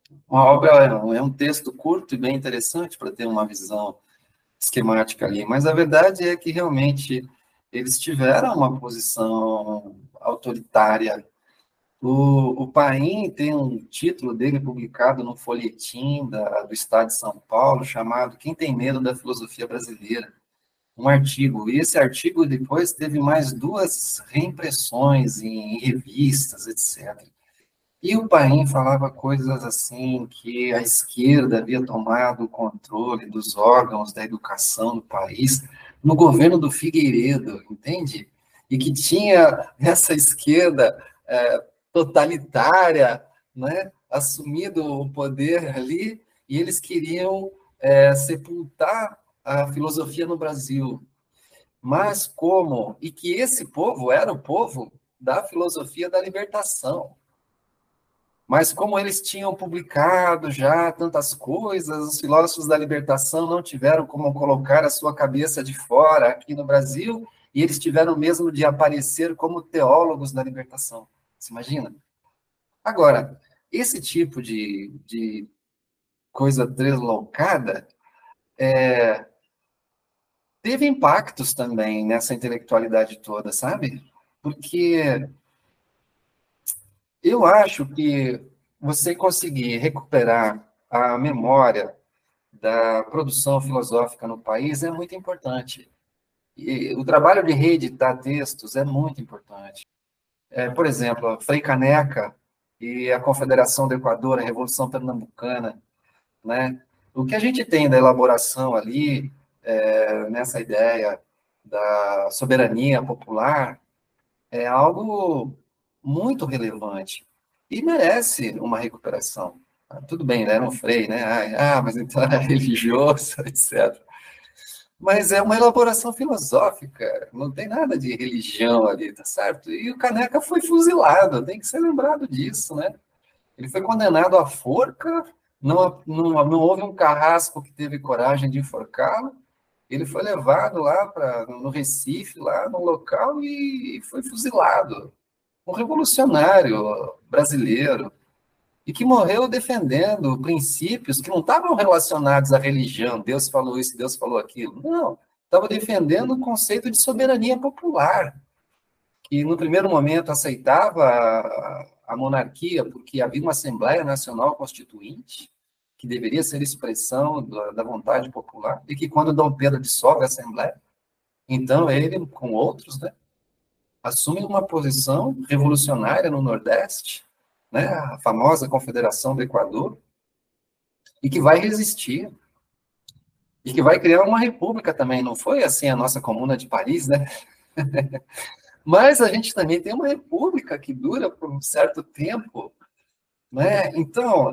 Uma obra é um texto curto e bem interessante para ter uma visão esquemática ali, mas a verdade é que realmente eles tiveram uma posição autoritária. O Paim tem um título dele publicado no folhetim do Estado de São Paulo, chamado Quem Tem Medo da Filosofia Brasileira? Um artigo. E esse artigo depois teve mais duas reimpressões em revistas, etc. E o Paim falava coisas assim, que a esquerda havia tomado o controle dos órgãos da educação do país no governo do Figueiredo, entende? E que tinha essa esquerda totalitária, né, assumido o poder ali, e eles queriam sepultar a filosofia no Brasil. Mas como? E que esse povo era o povo da filosofia da libertação. Mas como eles tinham publicado já tantas coisas, os filósofos da libertação não tiveram como colocar a sua cabeça de fora aqui no Brasil, e eles tiveram mesmo de aparecer como teólogos da libertação. Você imagina? Agora, esse tipo de coisa deslocada teve impactos também nessa intelectualidade toda, sabe? Porque eu acho que você conseguir recuperar a memória da produção filosófica no país é muito importante. E o trabalho de reeditar textos é muito importante. Por exemplo, Frei Caneca e a Confederação do Equador, a Revolução Pernambucana, né? O que a gente tem da elaboração ali, nessa ideia da soberania popular, é algo muito relevante e merece uma recuperação. Tudo bem, né? Era um Frei, né? Mas então era religioso, etc. Mas é uma elaboração filosófica, não tem nada de religião ali, tá certo? E o Caneca foi fuzilado, tem que ser lembrado disso, né? Ele foi condenado à forca, não houve um carrasco que teve coragem de enforcá-lo, ele foi levado lá no Recife, lá no local, e foi fuzilado. Um revolucionário brasileiro, e que morreu defendendo princípios que não estavam relacionados à religião, Deus falou isso, Deus falou aquilo. Não, estava defendendo o conceito de soberania popular, que no primeiro momento aceitava a monarquia, porque havia uma Assembleia Nacional Constituinte, que deveria ser expressão da vontade popular, e que quando Dom Pedro dissolve a Assembleia, então ele, com outros, né, assume uma posição revolucionária no Nordeste, né, a famosa Confederação do Equador, e que vai resistir, e que vai criar uma república também. Não foi assim a nossa Comuna de Paris, né? Mas a gente também tem uma república que dura por um certo tempo, né? Então,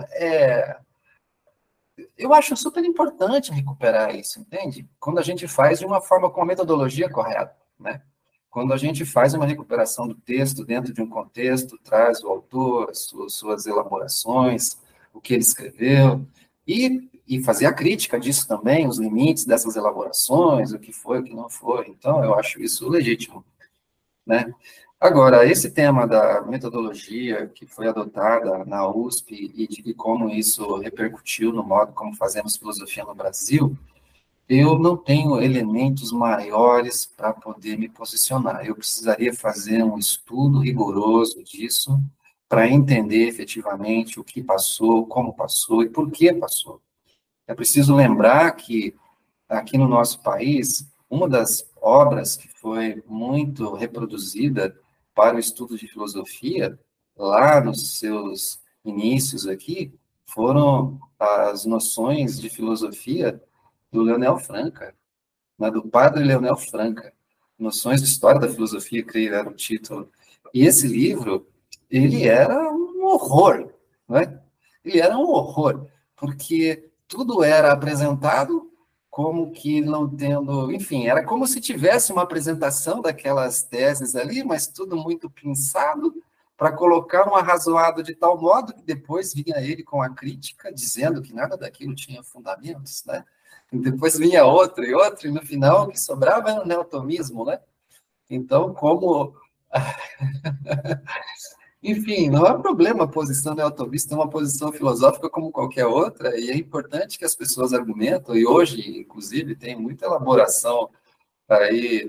eu acho super importante recuperar isso, entende? Quando a gente faz de uma forma com a metodologia correta, né? Quando a gente faz uma recuperação do texto dentro de um contexto, traz o autor, as suas elaborações, o que ele escreveu, e fazer a crítica disso também, os limites dessas elaborações, o que foi, o que não foi. Então, eu acho isso legítimo, né? Agora, esse tema da metodologia que foi adotada na USP e de como isso repercutiu no modo como fazemos filosofia no Brasil, eu não tenho elementos maiores para poder me posicionar. Eu precisaria fazer um estudo rigoroso disso para entender efetivamente o que passou, como passou e por que passou. É preciso lembrar que aqui no nosso país, uma das obras que foi muito reproduzida para o estudo de filosofia, lá nos seus inícios aqui, foram as noções de filosofia do Leonel Franca, né, do padre Leonel Franca, Noções de História da Filosofia, creio era o título. E esse livro, ele era um horror, né? Ele era um horror, porque tudo era apresentado como que não tendo, enfim, era como se tivesse uma apresentação daquelas teses ali, mas tudo muito pensado para colocar um arrazoado de tal modo que depois vinha ele com a crítica dizendo que nada daquilo tinha fundamentos, né? E depois vinha outro e outro, e no final o que sobrava era o neotomismo, né? Então, como Enfim, não há problema a posição neotomista, é uma posição filosófica como qualquer outra, e é importante que as pessoas argumentam, e hoje, inclusive, tem muita elaboração aí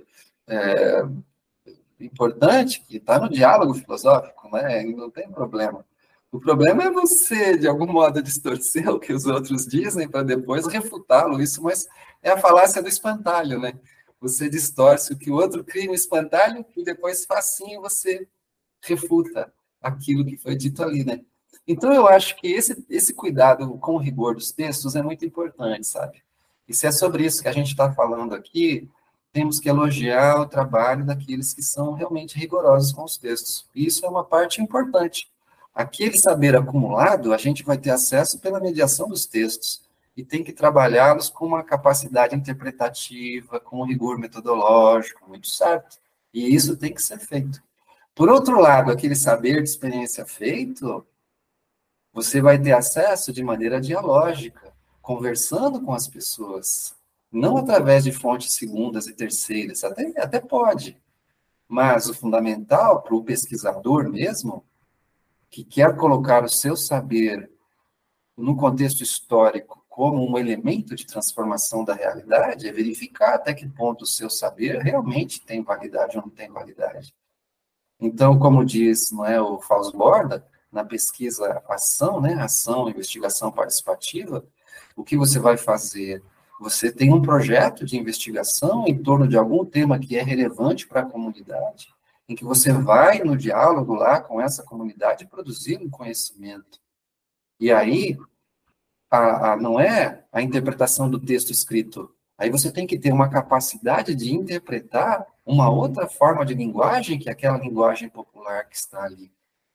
importante, que está no diálogo filosófico, né? E não tem problema. O problema é você, de algum modo, distorcer o que os outros dizem para depois refutá-lo. Isso, mas é a falácia do espantalho, né? Você distorce o que o outro cria um espantalho e depois facinho você refuta aquilo que foi dito ali, né? Então, eu acho que esse cuidado com o rigor dos textos é muito importante, sabe? E se é sobre isso que a gente está falando aqui, temos que elogiar o trabalho daqueles que são realmente rigorosos com os textos. E isso é uma parte importante. Aquele saber acumulado, a gente vai ter acesso pela mediação dos textos, e tem que trabalhá-los com uma capacidade interpretativa, com um rigor metodológico, muito certo. E isso tem que ser feito. Por outro lado, aquele saber de experiência feito, você vai ter acesso de maneira dialógica, conversando com as pessoas, não através de fontes segundas e terceiras, até pode, mas o fundamental para o pesquisador mesmo, que quer colocar o seu saber no contexto histórico como um elemento de transformação da realidade, é verificar até que ponto o seu saber realmente tem validade ou não tem validade. Então, como diz, não é, o Fausto Borda, na pesquisa ação, né, ação, investigação participativa, o que você vai fazer? Você tem um projeto de investigação em torno de algum tema que é relevante para a comunidade, em que você vai no diálogo lá com essa comunidade produzir um conhecimento. E aí, não é a interpretação do texto escrito. Aí você tem que ter uma capacidade de interpretar uma outra forma de linguagem que aquela linguagem popular que está ali.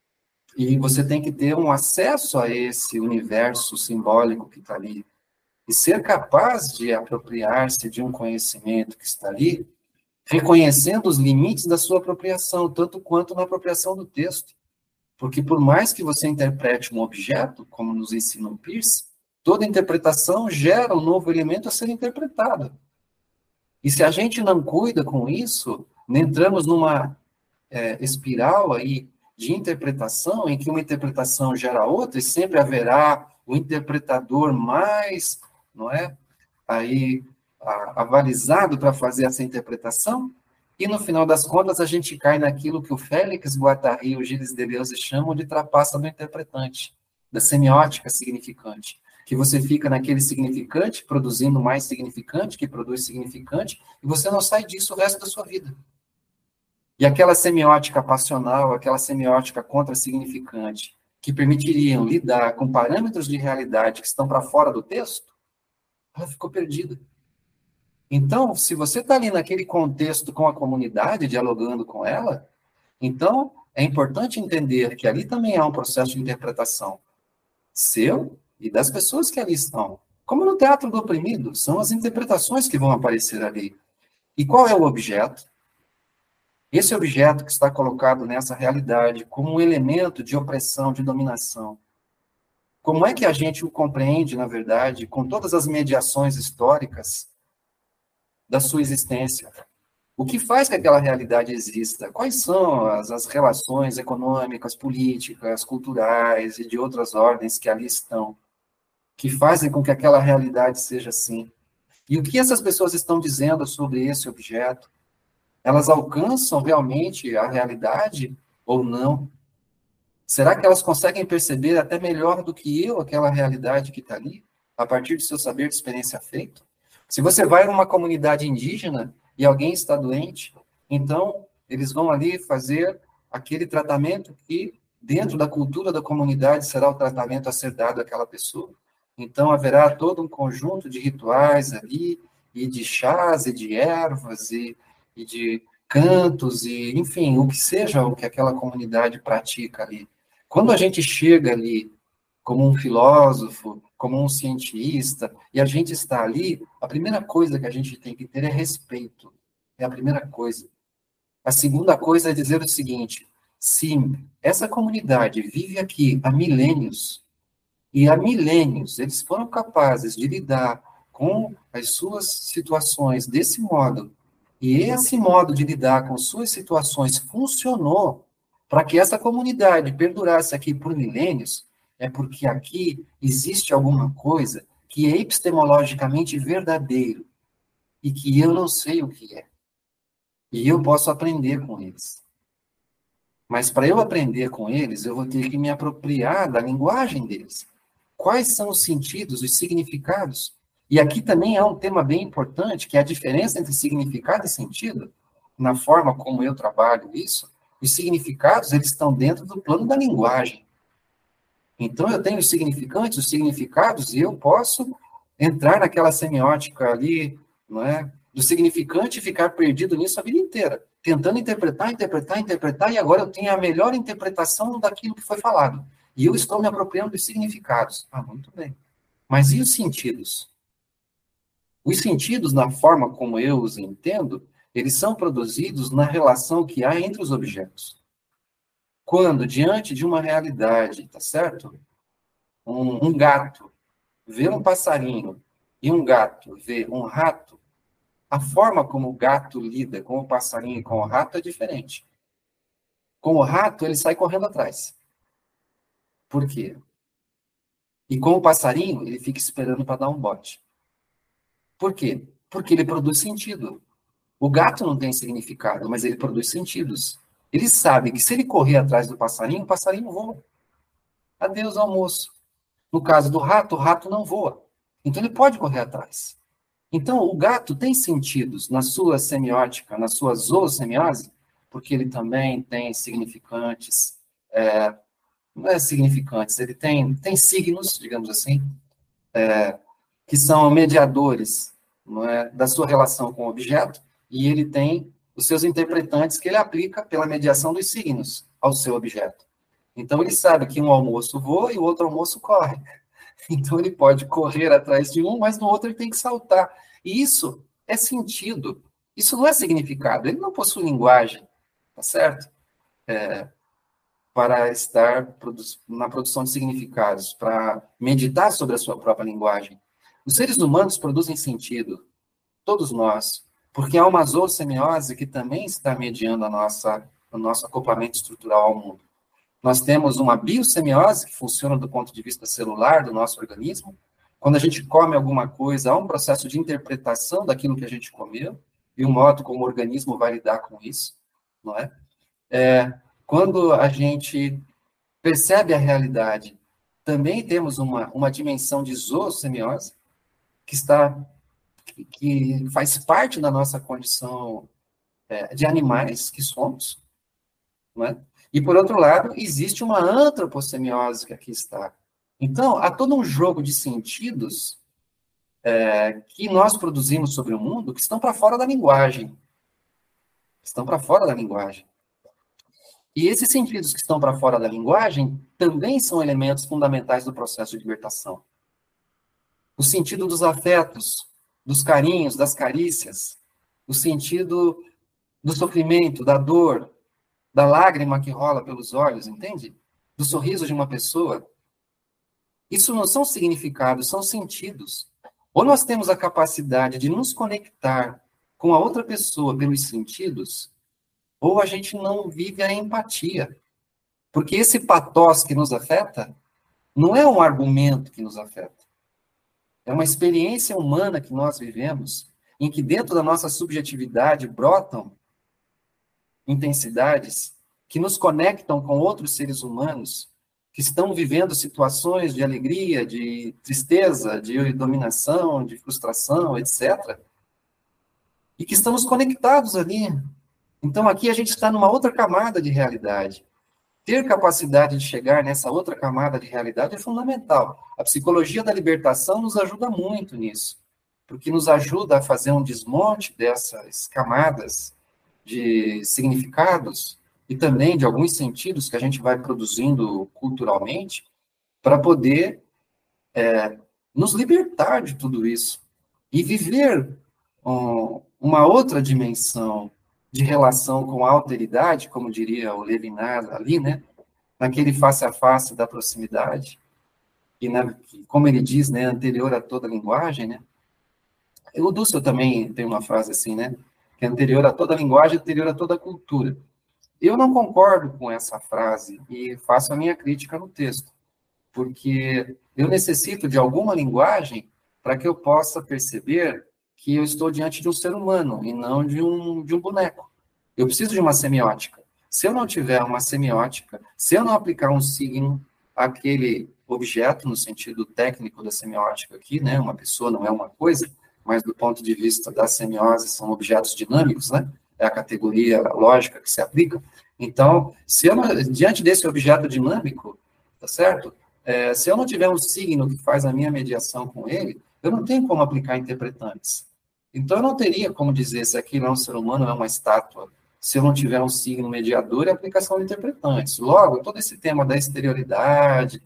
E você tem que ter um acesso a esse universo simbólico que está ali. E ser capaz de apropriar-se de um conhecimento que está ali, reconhecendo os limites da sua apropriação, tanto quanto na apropriação do texto. Porque por mais que você interprete um objeto, como nos ensina o Peirce, toda interpretação gera um novo elemento a ser interpretado. E se a gente não cuida com isso, entramos numa espiral aí de interpretação, em que uma interpretação gera outra, e sempre haverá o interpretador mais, não é, aí, avalizado para fazer essa interpretação, e no final das contas a gente cai naquilo que o Félix Guattari e o Gilles Deleuze chamam de trapaça do interpretante, da semiótica significante, que você fica naquele significante, produzindo mais significante, que produz significante, e você não sai disso o resto da sua vida. E aquela semiótica passional, aquela semiótica contra-significante, que permitiriam lidar com parâmetros de realidade que estão para fora do texto, ela ficou perdida. Então, se você está ali naquele contexto com a comunidade, dialogando com ela, então é importante entender que ali também há um processo de interpretação seu e das pessoas que ali estão. Como no teatro do oprimido, são as interpretações que vão aparecer ali. E qual é o objeto? Esse objeto que está colocado nessa realidade como um elemento de opressão, de dominação. Como é que a gente o compreende, na verdade, com todas as mediações históricas da sua existência? O que faz que aquela realidade exista? Quais são as relações econômicas, políticas, culturais e de outras ordens que ali estão, que fazem com que aquela realidade seja assim? E o que essas pessoas estão dizendo sobre esse objeto? Elas alcançam realmente a realidade ou não? Será que elas conseguem perceber até melhor do que eu aquela realidade que está ali, a partir do seu saber de experiência feito? Se você vai numa comunidade indígena e alguém está doente, então eles vão ali fazer aquele tratamento que, dentro da cultura da comunidade, será o tratamento a ser dado àquela pessoa. Então haverá todo um conjunto de rituais ali, e de chás, e de ervas, e de cantos, e enfim, o que seja o que aquela comunidade pratica ali. Quando a gente chega ali como um filósofo, como um cientista, e a gente está ali, a primeira coisa que a gente tem que ter é respeito. É a primeira coisa. A segunda coisa é dizer o seguinte: se essa comunidade vive aqui há milênios, e há milênios eles foram capazes de lidar com as suas situações desse modo, e esse modo de lidar com suas situações funcionou, Para que essa comunidade perdurasse aqui por milênios, é porque aqui existe alguma coisa que é epistemologicamente verdadeiro e que eu não sei o que é. E eu posso aprender com eles. Mas para eu aprender com eles, eu vou ter que me apropriar da linguagem deles. Quais são os sentidos, os significados? E aqui também é um tema bem importante, que é a diferença entre significado e sentido, na forma como eu trabalho isso. Os significados, eles estão dentro do plano da linguagem. Então, eu tenho os significantes, os significados, e eu posso entrar naquela semiótica ali, não é? Do significante e ficar perdido nisso a vida inteira, tentando interpretar, e agora eu tenho a melhor interpretação daquilo que foi falado. E eu estou me apropriando dos significados. Ah, muito bem. Mas e os sentidos? Os sentidos, na forma como eu os entendo, eles são produzidos na relação que há entre os objetos. Quando, diante de uma realidade, tá certo? Um gato vê um passarinho e um gato vê um rato, a forma como o gato lida com o passarinho e com o rato é diferente. Com o rato, ele sai correndo atrás. Por quê? E com o passarinho, ele fica esperando para dar um bote. Por quê? Porque ele produz sentido. O gato não tem significado, mas ele produz sentidos. Ele sabe que se ele correr atrás do passarinho, o passarinho voa. Adeus, almoço. No caso do rato, o rato não voa. Então ele pode correr atrás. Então o gato tem sentidos na sua semiótica, na sua zoossemiose, porque ele também tem significantes, não é significantes, ele tem signos, digamos assim, que são mediadores, não é, da sua relação com o objeto, e ele tem os seus interpretantes que ele aplica pela mediação dos signos ao seu objeto. Então ele sabe que um almoço voa e o outro almoço corre. Então ele pode correr atrás de um, mas no outro ele tem que saltar. E isso é sentido. Isso não é significado. Ele não possui linguagem, tá certo? Para estar na produção de significados, para meditar sobre a sua própria linguagem. Os seres humanos produzem sentido, todos nós, porque há uma zoossemiose que também está mediando o nosso acoplamento estrutural ao mundo. Nós temos uma biossemiose, que funciona do ponto de vista celular do nosso organismo. Quando a gente come alguma coisa, há um processo de interpretação daquilo que a gente comeu, e o modo como o organismo vai lidar com isso, não é? Quando a gente percebe a realidade, também temos uma dimensão de zoossemiose, que faz parte da nossa condição de animais que somos, não é? E, por outro lado, existe uma antropossemiose que aqui está. Então, há todo um jogo de sentidos que nós produzimos sobre o mundo que estão para fora da linguagem. Estão para fora da linguagem. E esses sentidos que estão para fora da linguagem também são elementos fundamentais do processo de libertação. O sentido dos afetos, dos carinhos, das carícias, o sentido do sofrimento, da dor, da lágrima que rola pelos olhos, entende? Do sorriso de uma pessoa. Isso não são significados, são sentidos. Ou nós temos a capacidade de nos conectar com a outra pessoa pelos sentidos, ou a gente não vive a empatia. Porque esse pathos que nos afeta não é um argumento que nos afeta. É uma experiência humana que nós vivemos, em que dentro da nossa subjetividade brotam intensidades que nos conectam com outros seres humanos que estão vivendo situações de alegria, de tristeza, de dominação, de frustração, etc. E que estamos conectados ali. Então, aqui a gente está numa outra camada de realidade. Ter capacidade de chegar nessa outra camada de realidade é fundamental. A psicologia da libertação nos ajuda muito nisso, porque nos ajuda a fazer um desmonte dessas camadas de significados e também de alguns sentidos que a gente vai produzindo culturalmente para poder nos libertar de tudo isso e viver uma outra dimensão de relação com a alteridade, como diria o Levinas ali, né? Naquele face a face da proximidade, e como ele diz, né, anterior a toda linguagem, né? O Dussel também tem uma frase assim, né? Que é anterior a toda linguagem, anterior a toda cultura. Eu não concordo com essa frase e faço a minha crítica no texto, porque eu necessito de alguma linguagem para que eu possa perceber que eu estou diante de um ser humano e não de um boneco. Eu preciso de uma semiótica. Se eu não tiver uma semiótica, se eu não aplicar um signo àquele objeto, no sentido técnico da semiótica aqui, né, uma pessoa não é uma coisa, mas do ponto de vista da semiose são objetos dinâmicos, né, é a categoria lógica que se aplica. Então, se eu não, diante desse objeto dinâmico, tá certo? Se eu não tiver um signo que faz a minha mediação com ele, eu não tenho como aplicar interpretantes. Então, eu não teria como dizer se aquilo é um ser humano ou é uma estátua, se eu não tiver um signo mediador e aplicação de interpretantes. Logo, todo esse tema da exterioridade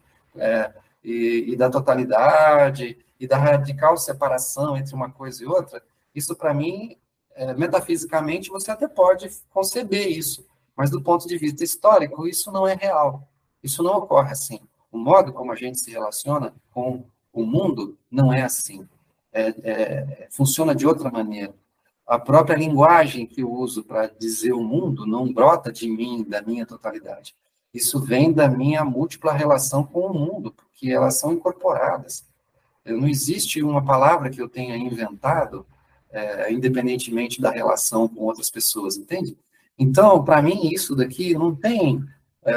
e da totalidade e da radical separação entre uma coisa e outra, isso, para mim, metafisicamente, você até pode conceber isso, mas do ponto de vista histórico, isso não é real. Isso não ocorre assim. O modo como a gente se relaciona com o mundo não é assim. Funciona de outra maneira. A própria linguagem que eu uso para dizer o mundo não brota de mim, da minha totalidade. Isso vem da minha múltipla relação com o mundo, porque elas são incorporadas. Não existe uma palavra que eu tenha inventado, independentemente da relação com outras pessoas, entende? Então, para mim, isso daqui não tem...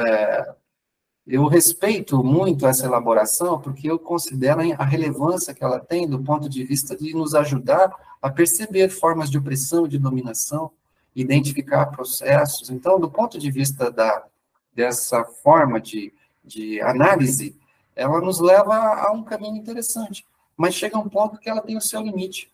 eu respeito muito essa elaboração, porque eu considero a relevância que ela tem do ponto de vista de nos ajudar a perceber formas de opressão e de dominação, identificar processos. Então, do ponto de vista dessa forma de análise, ela nos leva a um caminho interessante, mas chega a um ponto que ela tem o seu limite.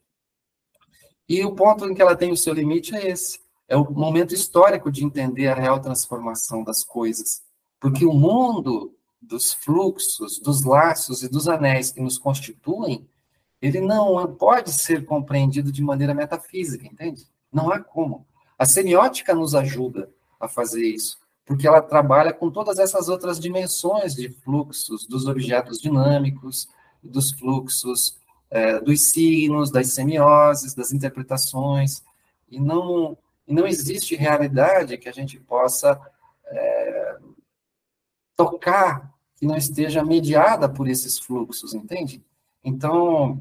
E o ponto em que ela tem o seu limite é esse. É o momento histórico de entender a real transformação das coisas. Porque o mundo dos fluxos, dos laços e dos anéis que nos constituem, ele não pode ser compreendido de maneira metafísica, entende? Não há como. A semiótica nos ajuda a fazer isso, porque ela trabalha com todas essas outras dimensões de fluxos, dos objetos dinâmicos, dos fluxos, dos signos, das semioses, das interpretações, e não existe realidade que a gente possa tocar que não esteja mediada por esses fluxos, entende? Então,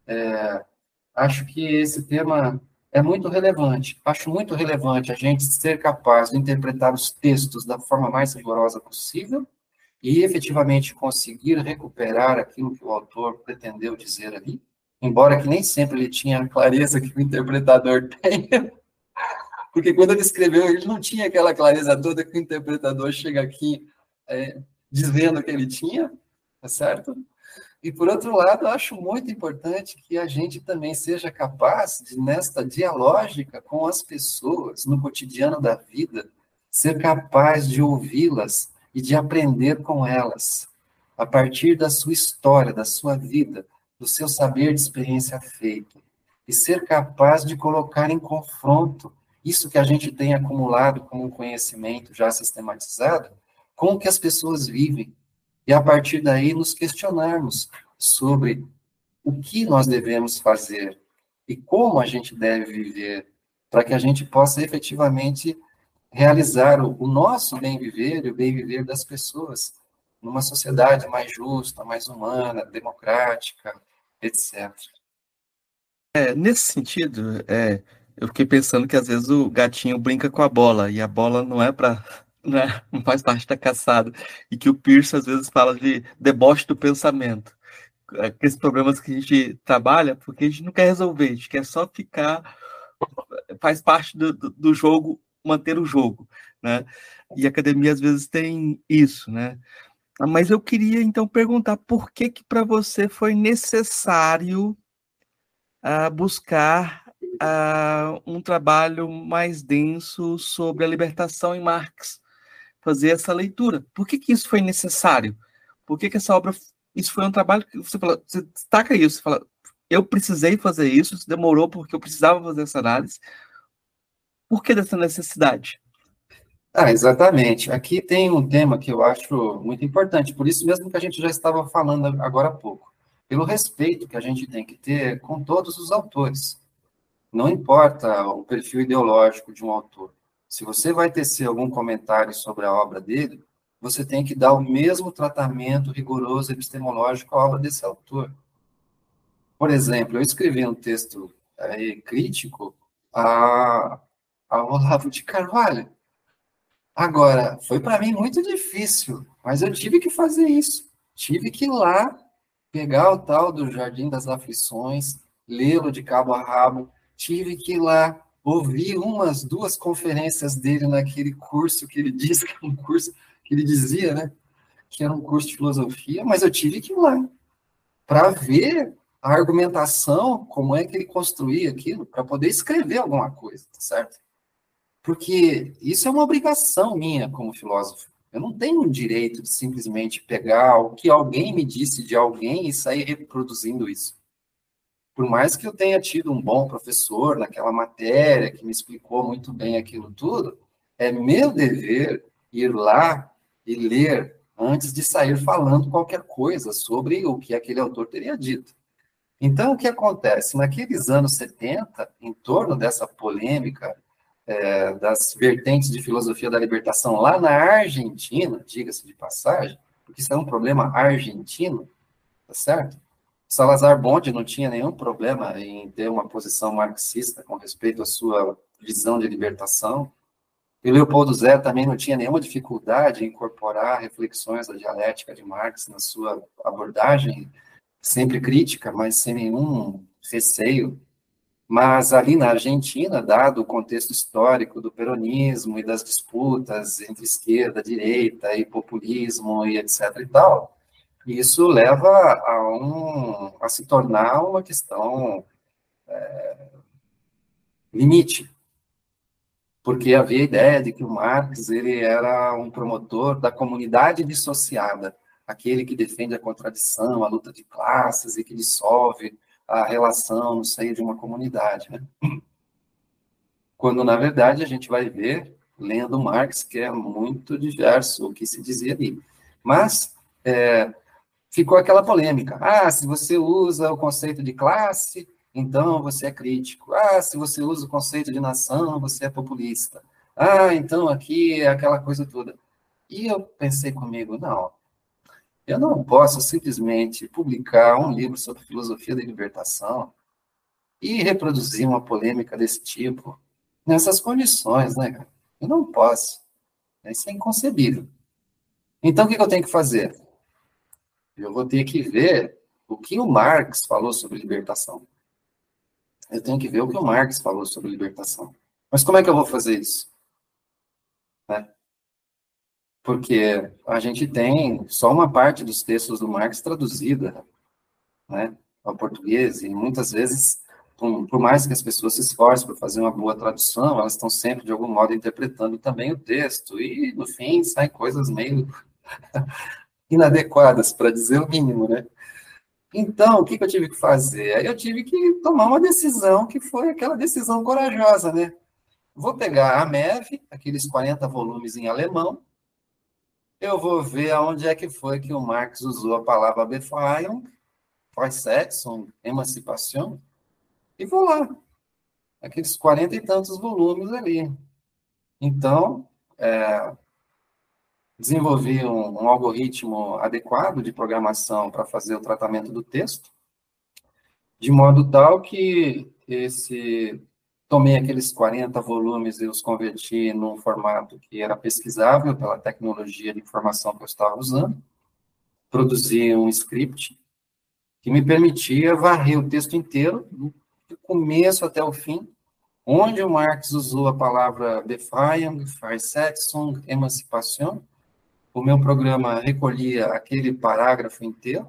acho que esse tema é muito relevante. Acho muito relevante a gente ser capaz de interpretar os textos da forma mais rigorosa possível e efetivamente conseguir recuperar aquilo que o autor pretendeu dizer ali, embora que nem sempre ele tinha a clareza que o interpretador tem, porque quando ele escreveu, ele não tinha aquela clareza toda que o interpretador chega aqui dizendo que ele tinha, tá certo? E, por outro lado, eu acho muito importante que a gente também seja capaz de, nesta dialógica com as pessoas, no cotidiano da vida, ser capaz de ouvi-las e de aprender com elas, a partir da sua história, da sua vida, do seu saber de experiência feita, e ser capaz de colocar em confronto isso que a gente tem acumulado como um conhecimento já sistematizado, com o que as pessoas vivem, e a partir daí nos questionarmos sobre o que nós devemos fazer e como a gente deve viver, para que a gente possa efetivamente realizar o nosso bem viver e o bem viver das pessoas, numa sociedade mais justa, mais humana, democrática, etc. Nesse sentido, eu fiquei pensando que às vezes o gatinho brinca com a bola e a bola não é para, né, não faz parte da caçada, e que o Peirce às vezes fala de deboche do pensamento, aqueles problemas que a gente trabalha porque a gente não quer resolver, a gente quer só ficar, faz parte do jogo, manter o jogo, né? E a academia às vezes tem isso, né? Mas eu queria então perguntar por que para você foi necessário buscar um trabalho mais denso sobre a libertação em Marx, fazer essa leitura. Por que isso foi necessário? Por que essa obra, isso foi um trabalho que você fala, você destaca isso, você fala, eu precisei fazer isso demorou porque eu precisava fazer essa análise. Por que dessa necessidade? Exatamente. Aqui tem um tema que eu acho muito importante, por isso mesmo que a gente já estava falando agora há pouco. Pelo respeito que a gente tem que ter com todos os autores. Não importa o perfil ideológico de um autor, Se você vai tecer algum comentário sobre a obra dele, você tem que dar o mesmo tratamento rigoroso epistemológico à obra desse autor. Por exemplo, eu escrevi um texto crítico a Olavo de Carvalho. Agora, foi para mim muito difícil, mas eu tive que fazer isso. Tive que ir lá, pegar o tal do Jardim das Aflições, lê-lo de cabo a rabo, tive que ir lá, ouvir umas 2 conferências dele naquele curso que ele disse que é um curso, que ele dizia, né, que era um curso de filosofia, mas eu tive que ir lá, para ver a argumentação, como é que ele construía aquilo, para poder escrever alguma coisa, tá certo? Porque isso é uma obrigação minha como filósofo. Eu não tenho o direito de simplesmente pegar o que alguém me disse de alguém e sair reproduzindo isso. Por mais que eu tenha tido um bom professor naquela matéria, que me explicou muito bem aquilo tudo, é meu dever ir lá e ler antes de sair falando qualquer coisa sobre o que aquele autor teria dito. Então, o que acontece? Naqueles anos 70, em torno dessa polêmica das vertentes de filosofia da libertação lá na Argentina, diga-se de passagem, porque isso é um problema argentino, tá certo? Salazar Bonde não tinha nenhum problema em ter uma posição marxista com respeito à sua visão de libertação, e Leopoldo Zé também não tinha nenhuma dificuldade em incorporar reflexões da dialética de Marx na sua abordagem, sempre crítica, mas sem nenhum receio. Mas ali na Argentina, dado o contexto histórico do peronismo e das disputas entre esquerda, direita e populismo e etc. e tal, isso leva a se tornar uma questão limite, porque havia a ideia de que o Marx ele era um promotor da comunidade dissociada, aquele que defende a contradição, a luta de classes e que dissolve a relação no seio de uma comunidade, né? Quando, na verdade, a gente vai ver, lendo Marx, que é muito diverso o que se dizia ali. Mas ficou aquela polêmica. Ah, se você usa o conceito de classe, então você é crítico. Ah, se você usa o conceito de nação, você é populista. Ah, então aqui é aquela coisa toda. E eu pensei comigo, não, eu não posso simplesmente publicar um livro sobre filosofia da libertação e reproduzir uma polêmica desse tipo nessas condições, né, cara? Eu não posso. Isso é inconcebível. Então, o que eu tenho que fazer? Eu vou ter que ver o que o Marx falou sobre libertação. Eu tenho que ver o que o Marx falou sobre libertação. Mas como é que eu vou fazer isso? Né? Porque a gente tem só uma parte dos textos do Marx traduzida, né, ao português, e muitas vezes, por mais que as pessoas se esforcem para fazer uma boa tradução, elas estão sempre, de algum modo, interpretando também o texto, e, no fim, saem coisas meio inadequadas, para dizer o mínimo, né? Então, o que eu tive que fazer? Aí eu tive que tomar uma decisão, que foi aquela decisão corajosa, né? Vou pegar a MEV, aqueles 40 volumes em alemão, eu vou ver aonde é que foi que o Marx usou a palavra Befreiung, Freisetzung, emancipação, e vou lá, aqueles 40 e tantos volumes ali. Então, desenvolvi um algoritmo adequado de programação para fazer o tratamento do texto, de modo tal que tomei aqueles 40 volumes e os converti num formato que era pesquisável pela tecnologia de informação que eu estava usando, produzi um script que me permitia varrer o texto inteiro, do começo até o fim, onde o Marx usou a palavra Befreiung, Freisetzung, emancipação. O meu programa recolhia aquele parágrafo inteiro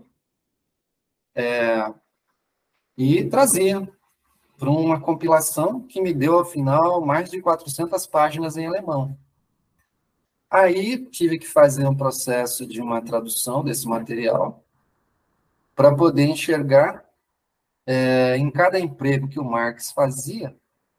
e trazia para uma compilação que me deu, ao final, mais de 400 páginas em alemão. Aí tive que fazer um processo de uma tradução desse material para poder enxergar em cada emprego que o Marx fazia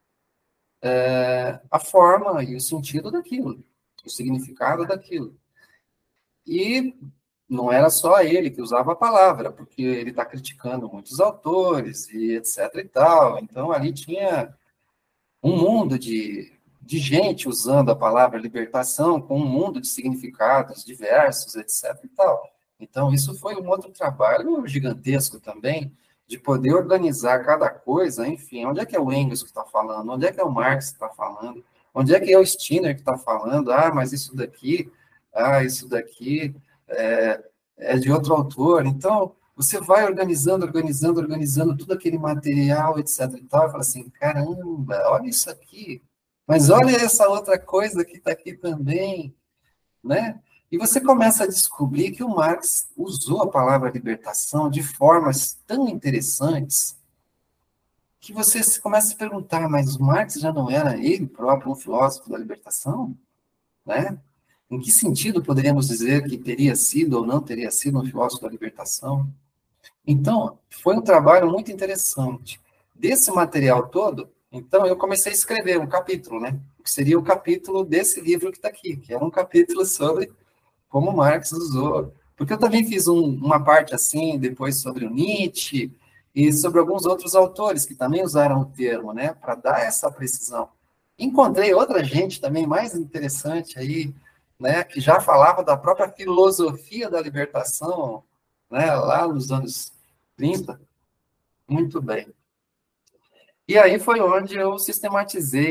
a forma e o sentido daquilo, o significado daquilo. E não era só ele que usava a palavra, porque ele está criticando muitos autores e etc. e tal. Então, ali tinha um mundo de de gente usando a palavra libertação com um mundo de significados diversos, etc. e tal. Então, isso foi um outro trabalho gigantesco também, de poder organizar cada coisa, enfim, onde é que é o Engels que está falando, onde é que é o Marx que está falando, onde é que é o Skinner que está falando, mas isso daqui é de outro autor. Então, você vai organizando todo aquele material, etc. e tal, e fala assim, caramba, olha isso aqui, mas olha essa outra coisa que está aqui também, né? E você começa a descobrir que o Marx usou a palavra libertação de formas tão interessantes que você começa a se perguntar, mas o Marx já não era ele próprio um filósofo da libertação? Né? Em que sentido poderíamos dizer que teria sido ou não teria sido um filósofo da libertação? Então, foi um trabalho muito interessante. Desse material todo, então, eu comecei a escrever um capítulo, né? Que seria o capítulo desse livro que está aqui, que é um capítulo sobre como Marx usou. Porque eu também fiz uma parte assim, depois sobre o Nietzsche, e sobre alguns outros autores que também usaram o termo, né? Para dar essa precisão. Encontrei outra gente também mais interessante aí, né? Que já falava da própria filosofia da libertação, né? Lá nos anos 30. Muito bem. E aí foi onde eu sistematizei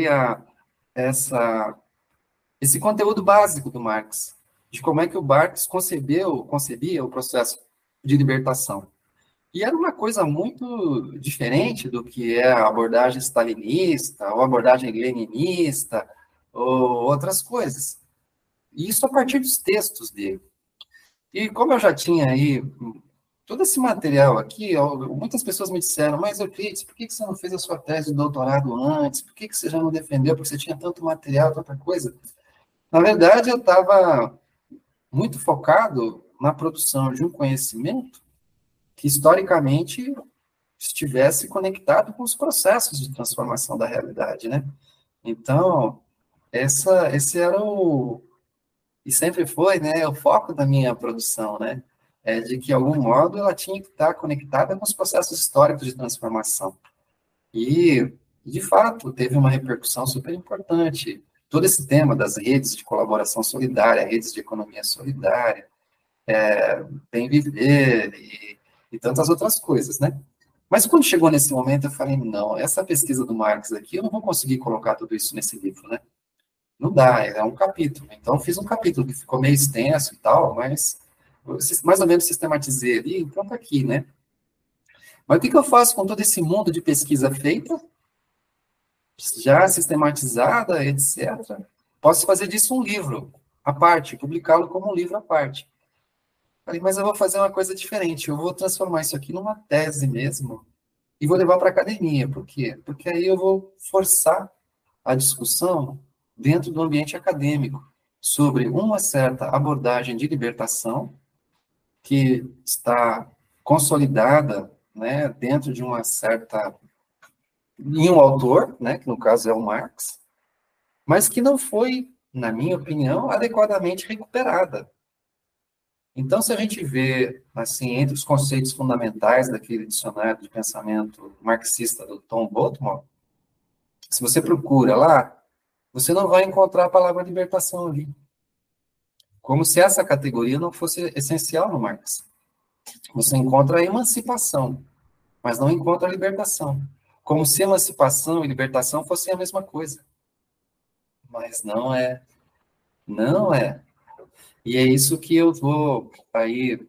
esse conteúdo básico do Marx, de como é que o Marx concebia o processo de libertação. E era uma coisa muito diferente do que é a abordagem stalinista, ou a abordagem leninista, ou outras coisas. E isso a partir dos textos dele. E como eu já tinha aí todo esse material aqui, muitas pessoas me disseram, mas Euclides, por que você não fez a sua tese de doutorado antes? Por que você já não defendeu? Porque você tinha tanto material, tanta coisa. Na verdade, eu estava muito focado na produção de um conhecimento que, historicamente, estivesse conectado com os processos de transformação da realidade, né? Então, esse era e sempre foi, né, o foco da minha produção, né? De que, de algum modo, ela tinha que estar conectada com os processos históricos de transformação. E, de fato, teve uma repercussão super importante. Todo esse tema das redes de colaboração solidária, redes de economia solidária, Bem Viver e tantas outras coisas, né? Mas quando chegou nesse momento, eu falei, não, essa pesquisa do Marx aqui, eu não vou conseguir colocar tudo isso nesse livro, né? Não dá, é um capítulo. Então, fiz um capítulo que ficou meio extenso e tal, mas mais ou menos sistematizei ali, então tá aqui, né? Mas o que eu faço com todo esse mundo de pesquisa feita, já sistematizada, etc. Posso fazer disso um livro à parte, publicá-lo como um livro à parte. Falei, mas eu vou fazer uma coisa diferente, eu vou transformar isso aqui numa tese mesmo e vou levar para a academia. Por quê? Porque aí eu vou forçar a discussão dentro do ambiente acadêmico sobre uma certa abordagem de libertação que está consolidada, né, dentro de uma certa em um autor, né, que no caso é o Marx, mas que não foi, na minha opinião, adequadamente recuperada. Então, se a gente vê, assim, entre os conceitos fundamentais daquele dicionário de pensamento marxista do Tom Botman, se você procura lá, você não vai encontrar a palavra libertação ali. Como se essa categoria não fosse essencial no Marx. Você encontra a emancipação, mas não encontra a libertação. Como se emancipação e libertação fossem a mesma coisa. Mas não é. Não é. E é isso que eu vou aí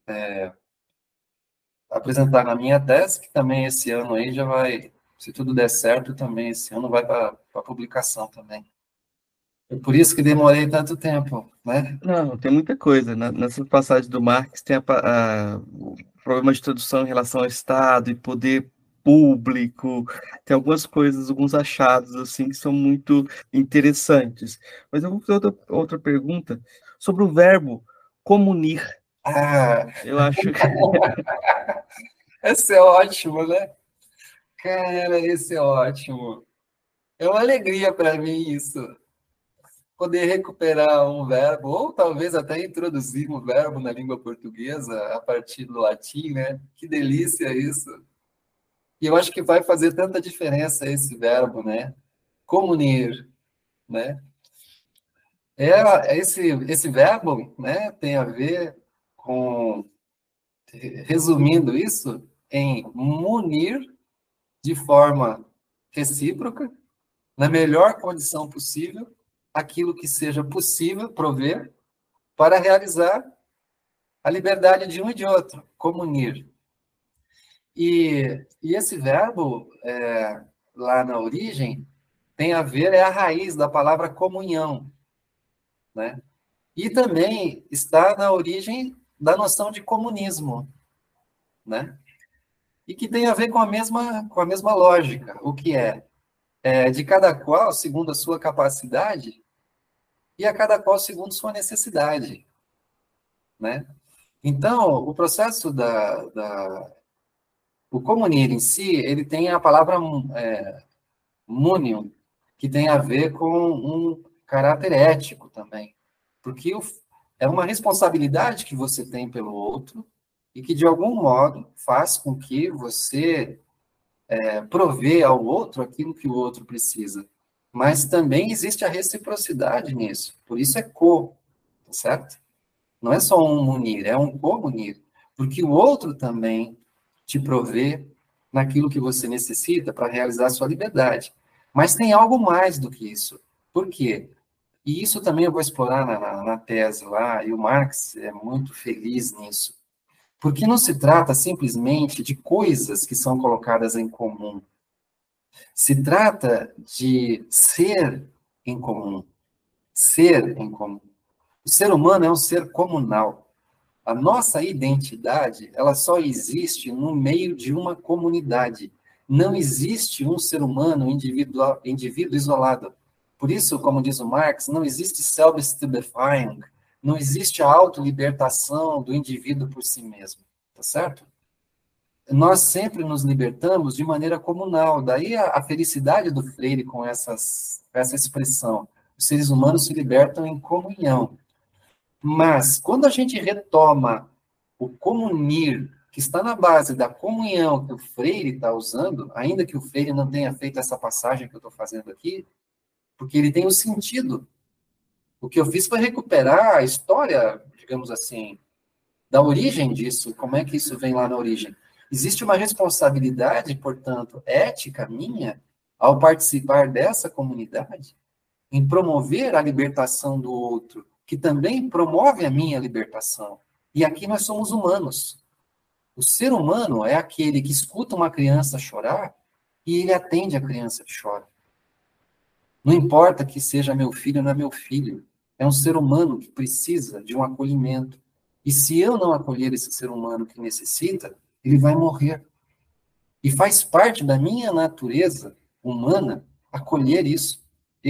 apresentar na minha tese, que também esse ano aí já vai, se tudo der certo, também esse ano vai para publicação também. É por isso que demorei tanto tempo, né? Não, tem muita coisa. Nessas passagens do Marx tem o problema de introdução em relação ao Estado e poder público, tem algumas coisas, alguns achados assim que são muito interessantes. Mas eu vou fazer outra pergunta sobre o verbo comunir. Ah, Eu acho que esse é ótimo, né? Cara, esse é ótimo. É uma alegria para mim isso. Poder recuperar um verbo, ou talvez até introduzir um verbo na língua portuguesa a partir do latim, né? Que delícia isso. E eu acho que vai fazer tanta diferença esse verbo, né? Comunir. né? Esse verbo, né, tem a ver com, resumindo isso, em munir de forma recíproca, na melhor condição possível, aquilo que seja possível prover para realizar a liberdade de um e de outro, comunir. E esse verbo, lá na origem, tem a ver, é a raiz da palavra comunhão, né? E também está na origem da noção de comunismo, né? E que tem a ver com a mesma lógica, o que é de cada qual segundo a sua capacidade e a cada qual segundo sua necessidade, né? Então, o processo o comunir em si, ele tem a palavra munium, que tem a ver com um caráter ético também, porque é uma responsabilidade que você tem pelo outro e que, de algum modo, faz com que você provê ao outro aquilo que o outro precisa. Mas também existe a reciprocidade nisso, por isso é tá certo? Não é só um munir, é um comunir, porque o outro também te provê naquilo que você necessita para realizar a sua liberdade. Mas tem algo mais do que isso. Por quê? E isso também eu vou explorar na tese lá, e o Marx é muito feliz nisso. Porque não se trata simplesmente de coisas que são colocadas em comum. Se trata de ser em comum. Ser em comum. O ser humano é um ser comunal. A nossa identidade, ela só existe no meio de uma comunidade. Não existe um ser humano indivíduo isolado. Por isso, como diz o Marx, não existe self-stupefying, não existe a autolibertação do indivíduo por si mesmo, tá certo? Nós sempre nos libertamos de maneira comunal, daí a felicidade do Freire com essa expressão. Os seres humanos se libertam em comunhão. Mas, quando a gente retoma o comunir, que está na base da comunhão que o Freire está usando, ainda que o Freire não tenha feito essa passagem que eu estou fazendo aqui, porque ele tem um sentido. O que eu fiz foi recuperar a história, digamos assim, da origem disso, como é que isso vem lá na origem. Existe uma responsabilidade, portanto, ética minha, ao participar dessa comunidade, em promover a libertação do outro, que também promove a minha libertação. E aqui nós somos humanos. O ser humano é aquele que escuta uma criança chorar e ele atende a criança que chora. Não importa que seja meu filho ou não é meu filho. É um ser humano que precisa de um acolhimento. E se eu não acolher esse ser humano que necessita, ele vai morrer. E faz parte da minha natureza humana acolher isso,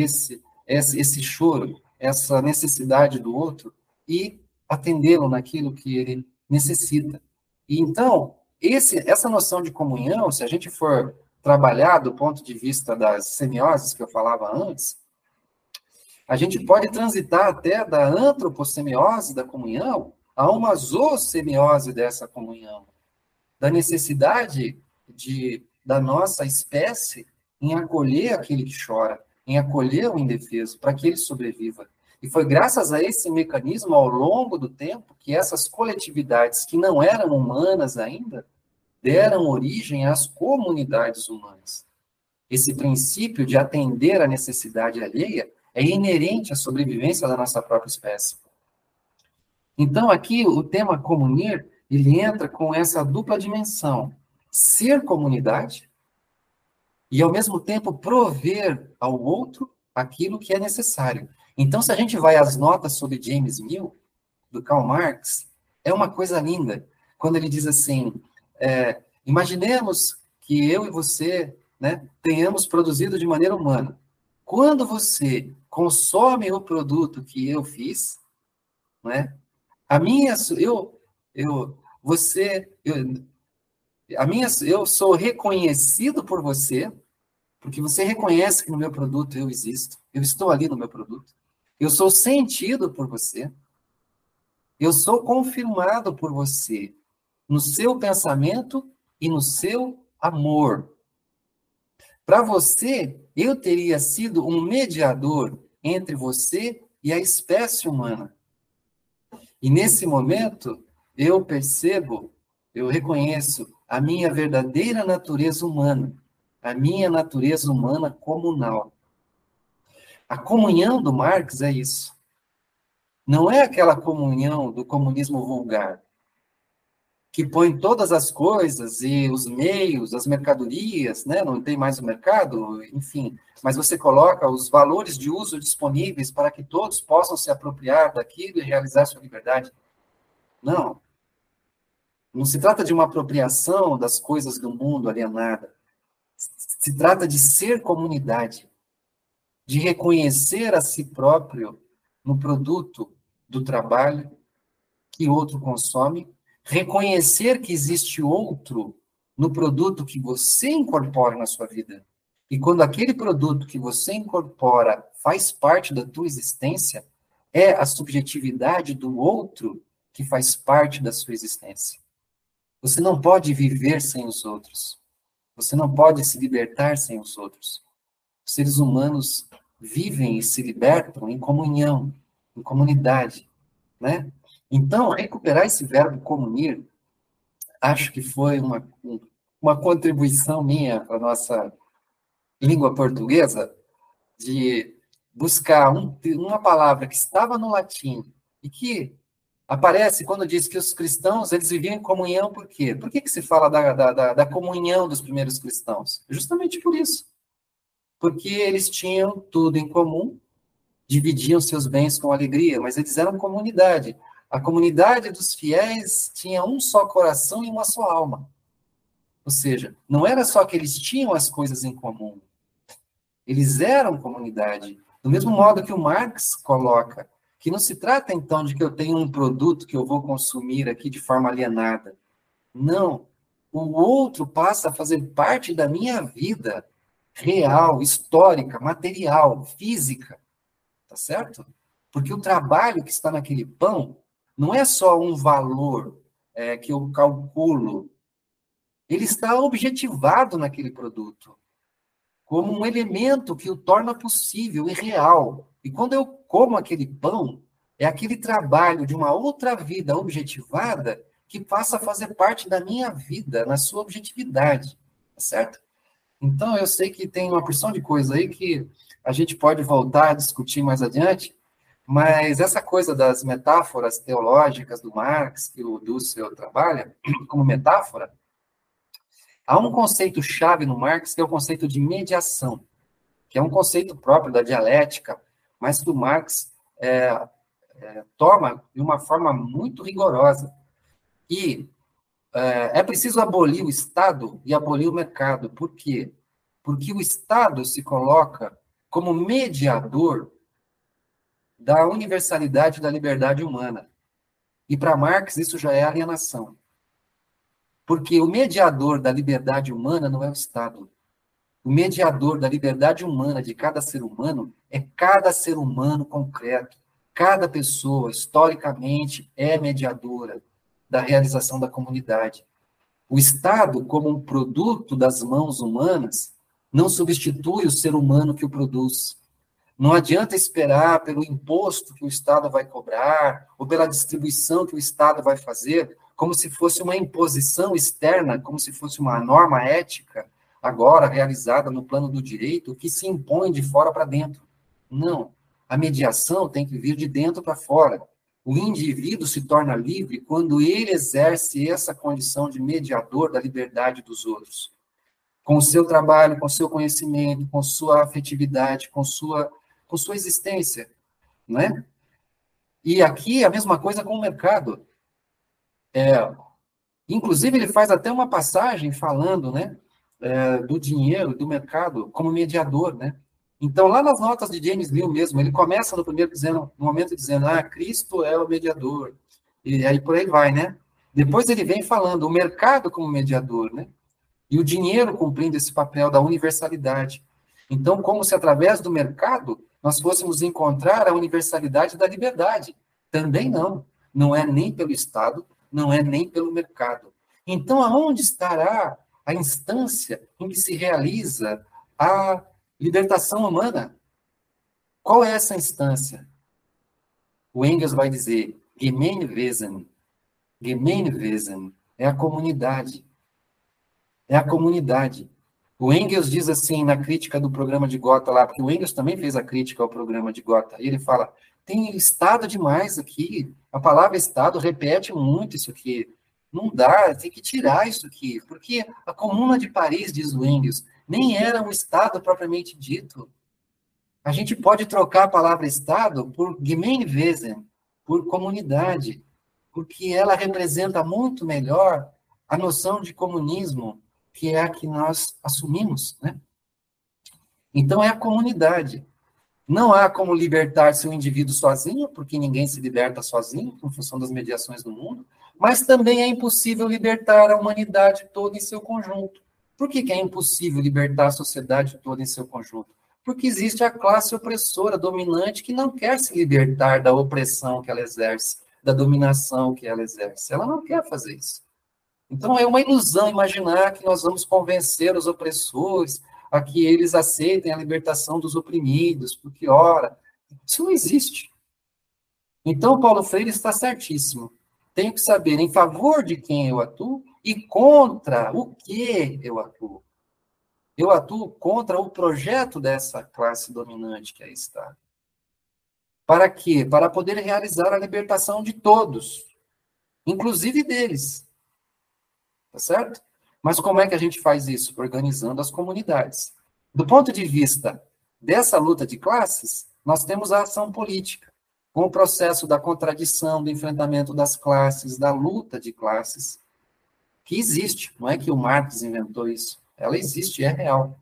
esse choro, essa necessidade do outro e atendê-lo naquilo que ele necessita. E então, essa noção de comunhão, se a gente for trabalhar do ponto de vista das semioses que eu falava antes, a gente pode transitar até da antropocemiose da comunhão a uma zoosemiose dessa comunhão, da necessidade da nossa espécie em acolher aquele que chora, em acolher o indefeso, para que ele sobreviva. E foi graças a esse mecanismo, ao longo do tempo, que essas coletividades que não eram humanas ainda, deram origem às comunidades humanas. Esse princípio de atender à necessidade alheia é inerente à sobrevivência da nossa própria espécie. Então, aqui, o tema comunir, ele entra com essa dupla dimensão. Ser comunidade e, ao mesmo tempo, prover ao outro aquilo que é necessário. Então, se a gente vai às notas sobre James Mill, do Karl Marx, é uma coisa linda. Quando ele diz assim, imaginemos que eu e você, né, tenhamos produzido de maneira humana. Quando você consome o produto que eu fiz, né, eu sou reconhecido por você, porque você reconhece que no meu produto eu existo, eu estou ali no meu produto. Eu sou sentido por você, eu sou confirmado por você, no seu pensamento e no seu amor. Para você, eu teria sido um mediador entre você e a espécie humana. E nesse momento, eu percebo, eu reconheço a minha verdadeira natureza humana, a minha natureza humana comunal. A comunhão do Marx é isso. Não é aquela comunhão do comunismo vulgar, que põe todas as coisas e os meios, as mercadorias, né? Não tem mais o mercado, enfim, mas você coloca os valores de uso disponíveis para que todos possam se apropriar daquilo e realizar sua liberdade. Não. Não se trata de uma apropriação das coisas do mundo alienada. Se trata de ser comunidade, de reconhecer a si próprio no produto do trabalho que outro consome, reconhecer que existe outro no produto que você incorpora na sua vida. E quando aquele produto que você incorpora faz parte da tua existência, é a subjetividade do outro que faz parte da sua existência. Você não pode viver sem os outros. Você não pode se libertar sem os outros. Os seres humanos vivem e se libertam em comunhão, em comunidade, né? Então, recuperar esse verbo comunir, acho que foi uma contribuição minha para a nossa língua portuguesa, de buscar uma palavra que estava no latim e que aparece quando diz que os cristãos, eles viviam em comunhão, por quê? Por que se fala da comunhão dos primeiros cristãos? Justamente por isso. Porque eles tinham tudo em comum, dividiam seus bens com alegria, mas eles eram comunidade. A comunidade dos fiéis tinha um só coração e uma só alma. Ou seja, não era só que eles tinham as coisas em comum, eles eram comunidade. Do mesmo modo que o Marx coloca, que não se trata, então, de que eu tenho um produto que eu vou consumir aqui de forma alienada. Não. O outro passa a fazer parte da minha vida real, histórica, material, física. Tá certo? Porque o trabalho que está naquele pão não é só um valor que eu calculo. Ele está objetivado naquele produto, como um elemento que o torna possível e real. E quando eu como aquele pão, é aquele trabalho de uma outra vida objetivada que passa a fazer parte da minha vida, na sua objetividade. Tá certo? Então, eu sei que tem uma porção de coisa aí que a gente pode voltar a discutir mais adiante, mas essa coisa das metáforas teológicas do Marx, que o Dussel trabalha como metáfora, há um conceito-chave no Marx, que é o conceito de mediação, que é um conceito próprio da dialética, mas que o Marx toma de uma forma muito rigorosa. E é preciso abolir o Estado e abolir o mercado. Por quê? Porque o Estado se coloca como mediador da universalidade da liberdade humana. E para Marx isso já é alienação. Porque o mediador da liberdade humana não é o Estado. O mediador da liberdade humana de cada ser humano é cada ser humano concreto. Cada pessoa, historicamente, é mediadora da realização da comunidade. O Estado, como um produto das mãos humanas, não substitui o ser humano que o produz. Não adianta esperar pelo imposto que o Estado vai cobrar, ou pela distribuição que o Estado vai fazer, como se fosse uma imposição externa, como se fosse uma norma ética, agora realizada no plano do direito, que se impõe de fora para dentro. Não. A mediação tem que vir de dentro para fora. O indivíduo se torna livre quando ele exerce essa condição de mediador da liberdade dos outros. Com o seu trabalho, com o seu conhecimento, com sua afetividade, com sua existência, né? E aqui a mesma coisa com o mercado. Inclusive, ele faz até uma passagem falando, né, do dinheiro, do mercado, como mediador, né? Então, lá nas notas de James Mill mesmo, ele começa no momento dizendo, Cristo é o mediador. E aí por aí vai, né? Depois ele vem falando o mercado como mediador, né? E o dinheiro cumprindo esse papel da universalidade. Então, como se através do mercado nós fôssemos encontrar a universalidade da liberdade. Também não. Não é nem pelo Estado, não é nem pelo mercado. Então, aonde estará a instância em que se realiza a libertação humana? Qual é essa instância? O Engels vai dizer, Gemeinwesen. Gemeinwesen é a comunidade. É a comunidade. O Engels diz assim, na crítica do programa de Gotha lá, porque o Engels também fez a crítica ao programa de Gotha, e ele fala, tem Estado demais aqui, a palavra Estado repete muito isso aqui, não dá, tem que tirar isso aqui, porque a Comuna de Paris, diz o Engels, nem era um Estado propriamente dito. A gente pode trocar a palavra Estado por Gemeinwesen, por comunidade, porque ela representa muito melhor a noção de comunismo, que é a que nós assumimos, né? Então, é a comunidade. Não há como libertar-se o indivíduo sozinho, porque ninguém se liberta sozinho, em função das mediações do mundo, mas também é impossível libertar a humanidade toda em seu conjunto. Por que é impossível libertar a sociedade toda em seu conjunto? Porque existe a classe opressora, dominante, que não quer se libertar da opressão que ela exerce, da dominação que ela exerce. Ela não quer fazer isso. Então, é uma ilusão imaginar que nós vamos convencer os opressores a que eles aceitem a libertação dos oprimidos, porque, ora, isso não existe. Então, Paulo Freire está certíssimo. Tenho que saber em favor de quem eu atuo e contra o que eu atuo. Eu atuo contra o projeto dessa classe dominante que aí está. Para quê? Para poder realizar a libertação de todos, inclusive deles. Tá certo? Mas como é que a gente faz isso? Organizando as comunidades. Do ponto de vista dessa luta de classes, nós temos a ação política, com o processo da contradição, do enfrentamento das classes, da luta de classes, que existe. Não é que o Marx inventou isso. Ela existe, é real.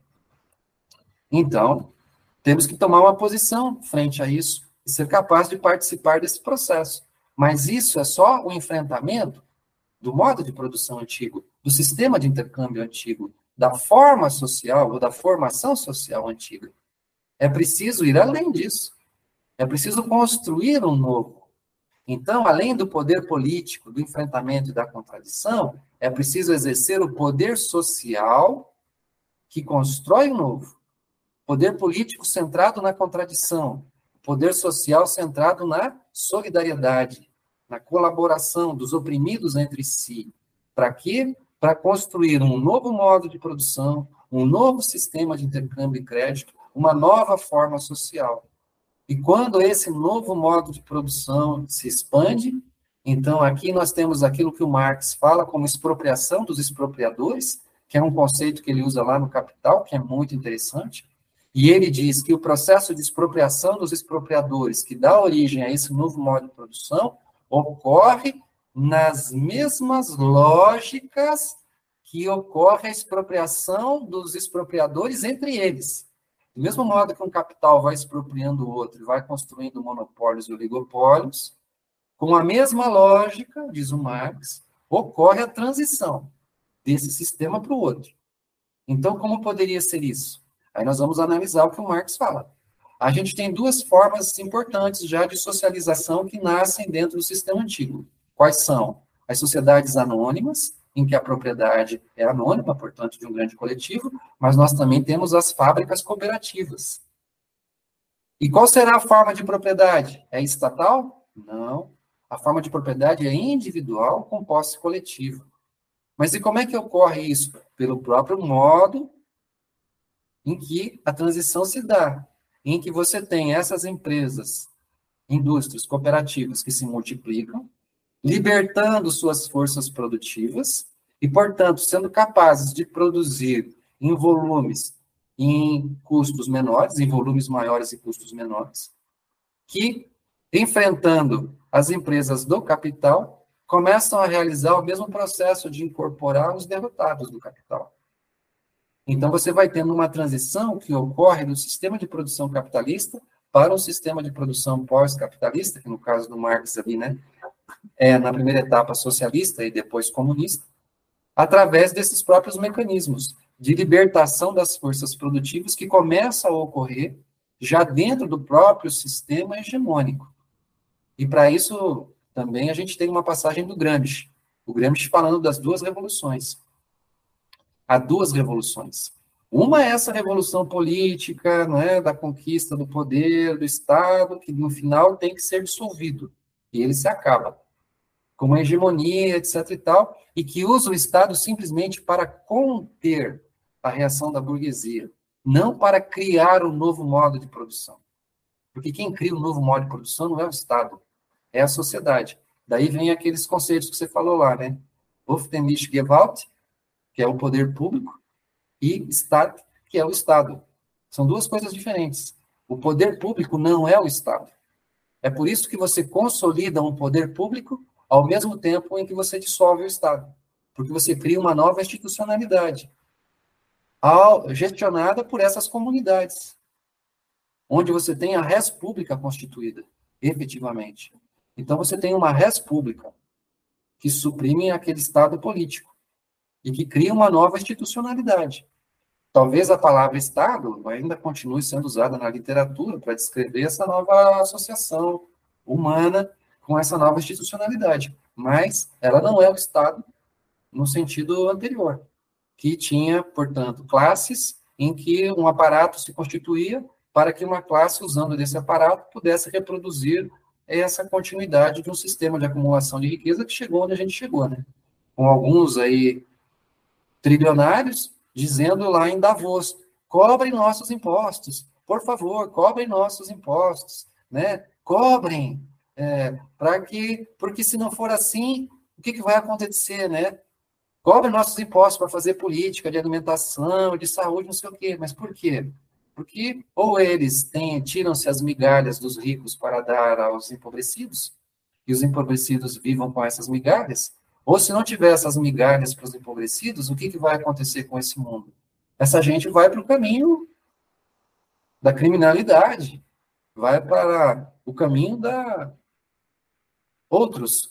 Então, temos que tomar uma posição frente a isso e ser capaz de participar desse processo. Mas isso é só o enfrentamento do modo de produção antigo, do sistema de intercâmbio antigo, da forma social ou da formação social antiga. É preciso ir além disso. É preciso construir um novo. Então, além do poder político, do enfrentamento e da contradição, é preciso exercer o poder social que constrói o novo. Poder político centrado na contradição. Poder social centrado na solidariedade, na colaboração dos oprimidos entre si. Para quê? Para construir um novo modo de produção, um novo sistema de intercâmbio e crédito, uma nova forma social. E quando esse novo modo de produção se expande, então aqui nós temos aquilo que o Marx fala como expropriação dos expropriadores, que é um conceito que ele usa lá no Capital, que é muito interessante. E ele diz que o processo de expropriação dos expropriadores, que dá origem a esse novo modo de produção, ocorre nas mesmas lógicas que ocorre a expropriação dos expropriadores entre eles. Do mesmo modo que um capital vai expropriando o outro e vai construindo monopólios e oligopólios, com a mesma lógica, diz o Marx, ocorre a transição desse sistema para o outro. Então, como poderia ser isso? Aí nós vamos analisar o que o Marx fala. A gente tem duas formas importantes já de socialização que nascem dentro do sistema antigo. Quais são? As sociedades anônimas, em que a propriedade é anônima, portanto, de um grande coletivo, mas nós também temos as fábricas cooperativas. E qual será a forma de propriedade? É estatal? Não. A forma de propriedade é individual com posse coletiva. Mas e como é que ocorre isso? Pelo próprio modo em que a transição se dá, em que você tem essas empresas, indústrias, cooperativas que se multiplicam, libertando suas forças produtivas e, portanto, sendo capazes de produzir em volumes, em custos menores, em volumes maiores e custos menores, que, enfrentando as empresas do capital, começam a realizar o mesmo processo de incorporar os derrotados do capital. Então, você vai tendo uma transição que ocorre do sistema de produção capitalista para um sistema de produção pós-capitalista, que no caso do Marx ali, né, é na primeira etapa socialista e depois comunista, através desses próprios mecanismos de libertação das forças produtivas que começam a ocorrer já dentro do próprio sistema hegemônico. E para isso também a gente tem uma passagem do Gramsci, o Gramsci falando das duas revoluções. Há duas revoluções. Uma é essa revolução política, não é, da conquista do poder do Estado, que no final tem que ser dissolvido, e ele se acaba, com uma hegemonia, etc. e tal, e que usa o Estado simplesmente para conter a reação da burguesia, não para criar um novo modo de produção. Porque quem cria um novo modo de produção não é o Estado, é a sociedade. Daí vem aqueles conceitos que você falou lá, né? Gewalt, que é o poder público, e Staat, que é o Estado. São duas coisas diferentes. O poder público não é o Estado. É por isso que você consolida um poder público ao mesmo tempo em que você dissolve o Estado. Porque você cria uma nova institucionalidade, gestionada por essas comunidades, onde você tem a res pública constituída, efetivamente. Então, você tem uma res pública que suprime aquele Estado político e que cria uma nova institucionalidade. Talvez a palavra Estado ainda continue sendo usada na literatura para descrever essa nova associação humana com essa nova institucionalidade, mas ela não é o Estado no sentido anterior, que tinha, portanto, classes em que um aparato se constituía para que uma classe, usando desse aparato, pudesse reproduzir essa continuidade de um sistema de acumulação de riqueza que chegou onde a gente chegou, né? Com alguns aí trilionários dizendo lá em Davos, cobrem nossos impostos, por favor, cobrem nossos impostos, né? Cobrem, porque se não for assim, o que vai acontecer, né? Cobrem nossos impostos para fazer política de alimentação, de saúde, não sei o quê. Mas por quê? Porque ou eles tiram-se as migalhas dos ricos para dar aos empobrecidos, e os empobrecidos vivam com essas migalhas, ou se não tiver essas migalhas para os empobrecidos, o que vai acontecer com esse mundo? Essa gente vai para o caminho da criminalidade, vai para o caminho da outros,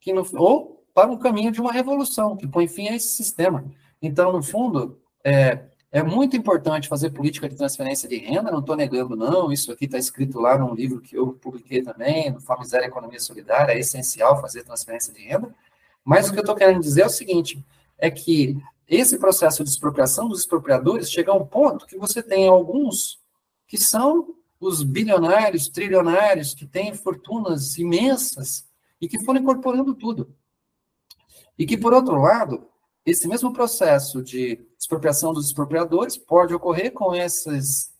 ou para o caminho de uma revolução, que põe fim a esse sistema. Então, no fundo, é muito importante fazer política de transferência de renda, não estou negando, não, isso aqui está escrito lá num livro que eu publiquei também, no Fome Zero Economia Solidária, é essencial fazer transferência de renda, mas o que eu estou querendo dizer é o seguinte, é que esse processo de expropriação dos expropriadores chega a um ponto que você tem alguns que são os bilionários, trilionários, que têm fortunas imensas e que foram incorporando tudo. E que, por outro lado, esse mesmo processo de expropriação dos expropriadores pode ocorrer com esses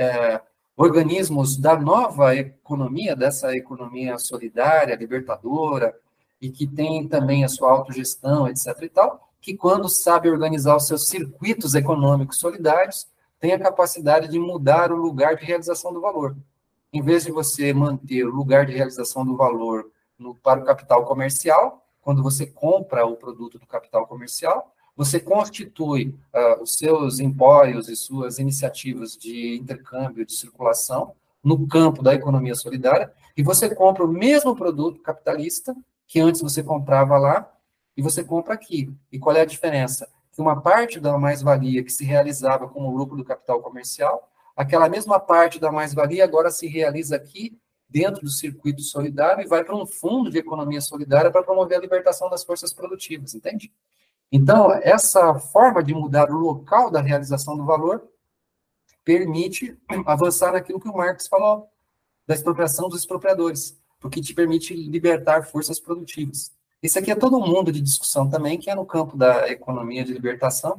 organismos da nova economia, dessa economia solidária, libertadora, e que tem também a sua autogestão, etc. e tal, que quando sabe organizar os seus circuitos econômicos solidários, tem a capacidade de mudar o lugar de realização do valor. Em vez de você manter o lugar de realização do valor para o capital comercial, quando você compra o produto do capital comercial, você constitui os seus empórios e suas iniciativas de intercâmbio, de circulação, no campo da economia solidária, e você compra o mesmo produto capitalista que antes você comprava lá, e você compra aqui. E qual é a diferença? Que uma parte da mais-valia que se realizava como lucro do capital comercial, aquela mesma parte da mais-valia agora se realiza aqui, dentro do circuito solidário, e vai para um fundo de economia solidária para promover a libertação das forças produtivas, entende? Então, essa forma de mudar o local da realização do valor permite avançar naquilo que o Marx falou, da expropriação dos expropriadores, porque te permite libertar forças produtivas. Esse aqui é todo um mundo de discussão também, que é no campo da economia de libertação,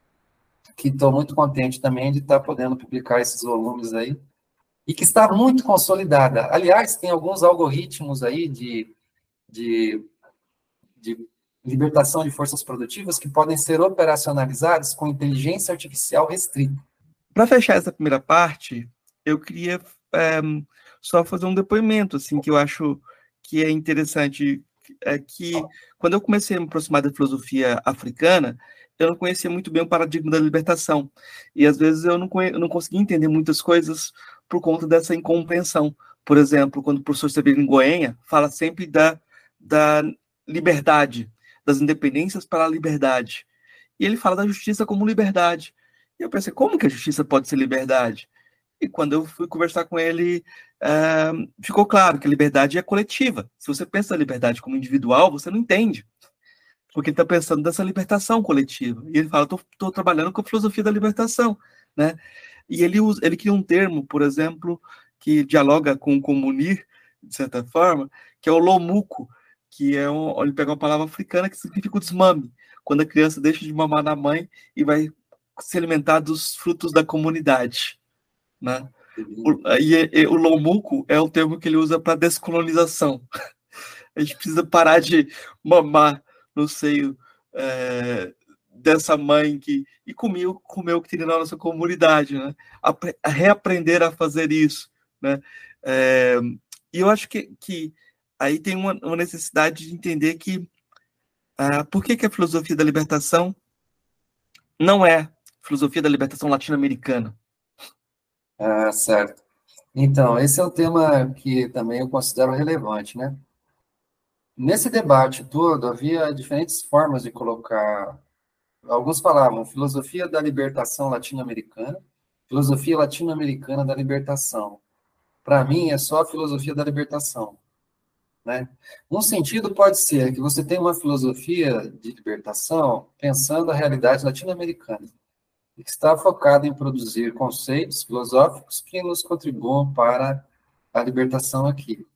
que estou muito contente também de estar podendo publicar esses volumes aí, e que está muito consolidada. Aliás, tem alguns algoritmos aí de libertação de forças produtivas que podem ser operacionalizados com inteligência artificial restrita. Para fechar essa primeira parte, eu queria só fazer um depoimento, assim, que eu acho que é interessante, que quando eu comecei a me aproximar da filosofia africana, eu não conhecia muito bem o paradigma da libertação, e às vezes eu não conseguia entender muitas coisas por conta dessa incompreensão. Por exemplo, quando o professor Severino Goenha fala sempre da liberdade, das independências para a liberdade, e ele fala da justiça como liberdade. E eu pensei, como que a justiça pode ser liberdade? E quando eu fui conversar com ele, ficou claro que a liberdade é coletiva. Se você pensa a liberdade como individual, você não entende. porque ele está pensando nessa libertação coletiva. E ele fala, estou trabalhando com a filosofia da libertação, né? E ele cria um termo, por exemplo, que dialoga com o comunir, de certa forma, que é o lomuco, que ele pega uma palavra africana que significa o desmame, quando a criança deixa de mamar na mãe e vai se alimentar dos frutos da comunidade, né? O lomuco é o termo que ele usa para descolonização. A gente precisa parar de mamar no seio dessa mãe e comer o que tem na nossa comunidade, né? A reaprender a fazer isso, né? E eu acho que aí tem uma necessidade de entender que por que a filosofia da libertação não é filosofia da libertação latino-americana? Certo. Então, esse é um tema que também eu considero relevante, né? Nesse debate todo, havia diferentes formas de colocar. Alguns falavam filosofia da libertação latino-americana, filosofia latino-americana da libertação. Para mim, é só a filosofia da libertação, né? Um sentido pode ser que você tem uma filosofia de libertação pensando a realidade latino-americana, e que está focada em produzir conceitos filosóficos que nos contribuam para a libertação aqui.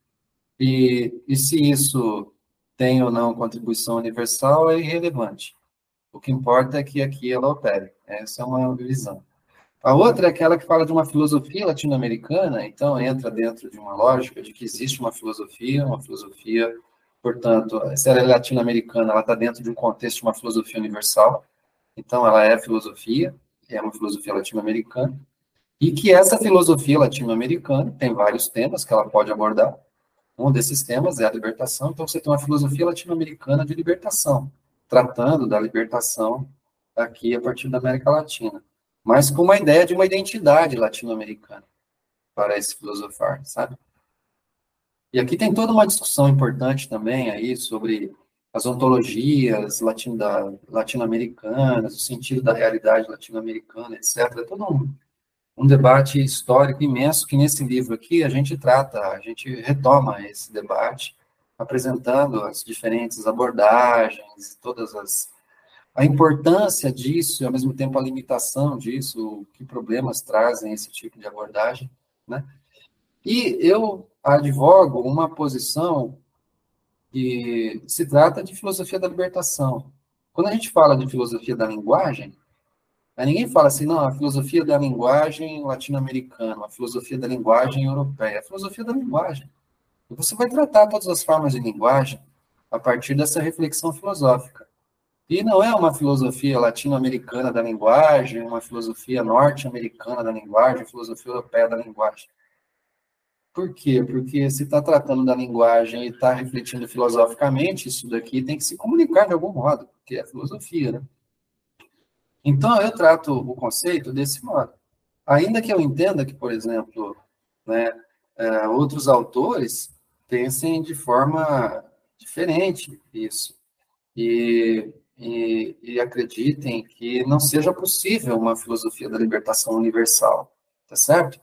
E se isso tem ou não contribuição universal é irrelevante. O que importa é que aqui ela opere. Essa é uma visão. A outra é aquela que fala de uma filosofia latino-americana, então entra dentro de uma lógica de que existe uma filosofia, portanto, se ela é latino-americana, ela está dentro de um contexto de uma filosofia universal, então ela é filosofia, é uma filosofia latino-americana, e que essa filosofia latino-americana tem vários temas que ela pode abordar. Um desses temas é a libertação, então você tem uma filosofia latino-americana de libertação, tratando da libertação aqui a partir da América Latina, mas com uma ideia de uma identidade latino-americana para esse filosofar, sabe? E aqui tem toda uma discussão importante também aí sobre as ontologias latino-americanas, o sentido da realidade latino-americana, etc. É todo um debate histórico imenso que nesse livro aqui a gente trata, a gente retoma esse debate, apresentando as diferentes abordagens, a importância disso e, ao mesmo tempo, a limitação disso, que problemas trazem esse tipo de abordagem, né? E eu advogo uma posição que se trata de filosofia da libertação. Quando a gente fala de filosofia da linguagem, aí ninguém fala assim, não, a filosofia da linguagem latino-americana, a filosofia da linguagem europeia, a filosofia da linguagem. E você vai tratar todas as formas de linguagem a partir dessa reflexão filosófica. E não é uma filosofia latino-americana da linguagem, uma filosofia norte-americana da linguagem, filosofia europeia da linguagem. Por quê? Porque se está tratando da linguagem e está refletindo filosoficamente, isso daqui tem que se comunicar de algum modo, porque é filosofia, né? Então, eu trato o conceito desse modo. Ainda que eu entenda que, por exemplo, né, outros autores pensem de forma diferente isso. E acreditem que não seja possível uma filosofia da libertação universal, tá certo?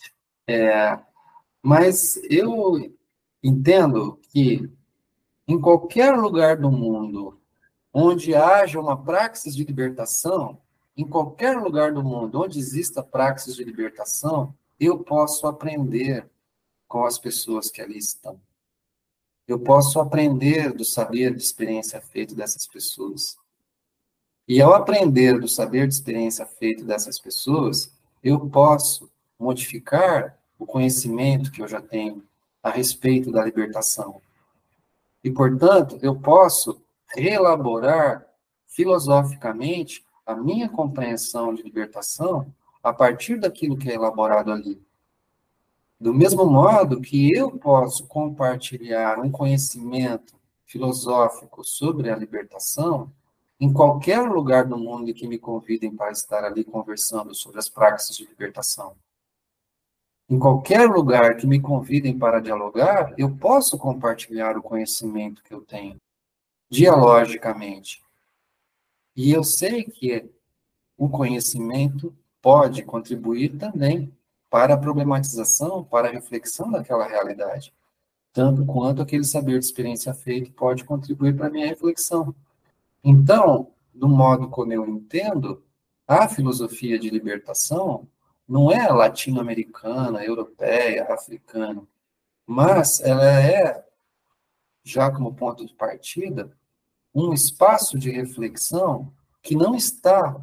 Mas eu entendo que em qualquer lugar do mundo onde haja uma praxis de libertação, em qualquer lugar do mundo onde exista praxis de libertação, eu posso aprender com as pessoas que ali estão. Eu posso aprender do saber de experiência feito dessas pessoas. E ao aprender do saber de experiência feito dessas pessoas, eu posso modificar o conhecimento que eu já tenho a respeito da libertação. E, portanto, eu posso reelaborar filosoficamente a minha compreensão de libertação a partir daquilo que é elaborado ali. Do mesmo modo que eu posso compartilhar um conhecimento filosófico sobre a libertação em qualquer lugar do mundo em que me convidem para estar ali conversando sobre as práticas de libertação. Em qualquer lugar que me convidem para dialogar, eu posso compartilhar o conhecimento que eu tenho, dialogicamente. E eu sei que o conhecimento pode contribuir também para a problematização, para a reflexão daquela realidade, tanto quanto aquele saber de experiência feito pode contribuir para a minha reflexão. Então, do modo como eu entendo, a filosofia de libertação não é latino-americana, europeia, africana, mas ela é, já como ponto de partida, um espaço de reflexão que não está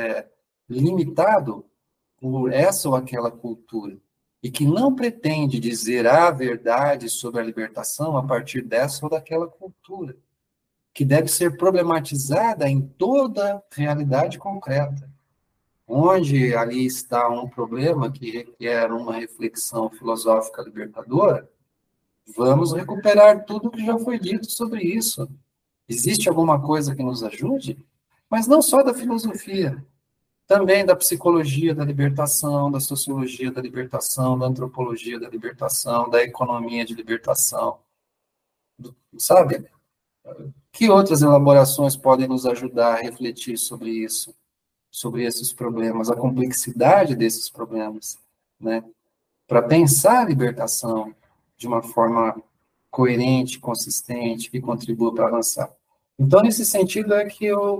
limitado por essa ou aquela cultura, e que não pretende dizer a verdade sobre a libertação a partir dessa ou daquela cultura, que deve ser problematizada em toda realidade concreta. Onde ali está um problema que requer uma reflexão filosófica libertadora, vamos recuperar tudo que já foi dito sobre isso. Existe alguma coisa que nos ajude? Mas não só da filosofia, também da psicologia da libertação, da sociologia da libertação, da antropologia da libertação, da economia de libertação. Sabe? Que outras elaborações podem nos ajudar a refletir sobre isso, sobre esses problemas, a complexidade desses problemas, né? Para pensar a libertação de uma forma coerente, consistente, que contribua para avançar. Então, nesse sentido, é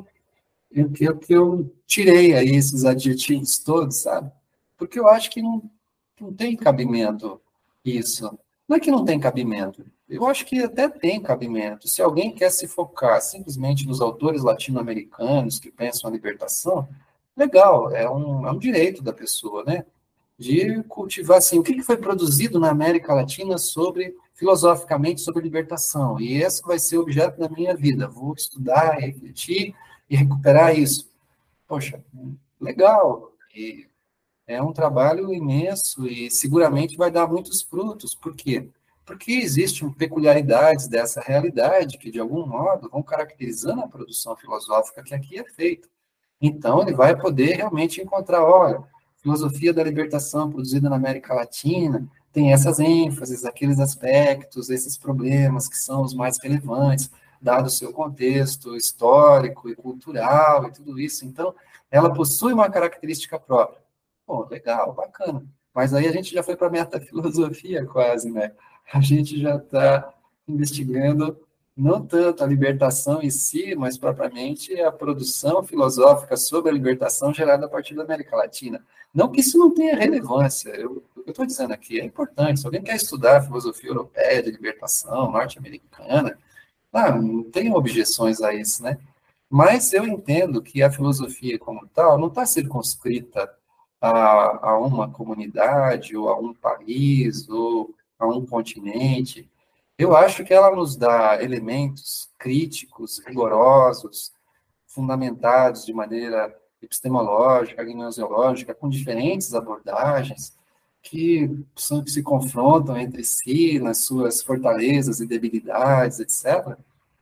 que eu tirei aí esses adjetivos todos, sabe? Porque eu acho que não tem cabimento isso. Não é que não tem cabimento. Eu acho que até tem cabimento. Se alguém quer se focar simplesmente nos autores latino-americanos que pensam a libertação, legal, é um direito da pessoa, né? De cultivar, assim, o que foi produzido na América Latina filosoficamente, sobre libertação. E esse vai ser o objeto da minha vida. Vou estudar, refletir e recuperar isso. Poxa, legal. E é um trabalho imenso e seguramente vai dar muitos frutos. Por quê? Porque existem peculiaridades dessa realidade que, de algum modo, vão caracterizando a produção filosófica que aqui é feita. Então, ele vai poder realmente encontrar, olha, filosofia da libertação produzida na América Latina tem essas ênfases, aqueles aspectos, esses problemas que são os mais relevantes, dado o seu contexto histórico e cultural e tudo isso. Então, ela possui uma característica própria. Pô, legal, bacana. Mas aí a gente já foi para a metafilosofia quase, né? A gente já está investigando não tanto a libertação em si, mas propriamente a produção filosófica sobre a libertação gerada a partir da América Latina. Não que isso não tenha relevância, eu estou dizendo aqui, é importante. Se alguém quer estudar a filosofia europeia de libertação, norte-americana, não tenho objeções a isso, né? Mas eu entendo que a filosofia como tal não está circunscrita a uma comunidade, ou a um país, ou a um continente. Eu acho que ela nos dá elementos críticos, rigorosos, fundamentados de maneira epistemológica, gnoseológica, com diferentes abordagens, que se confrontam entre si nas suas fortalezas e debilidades, etc.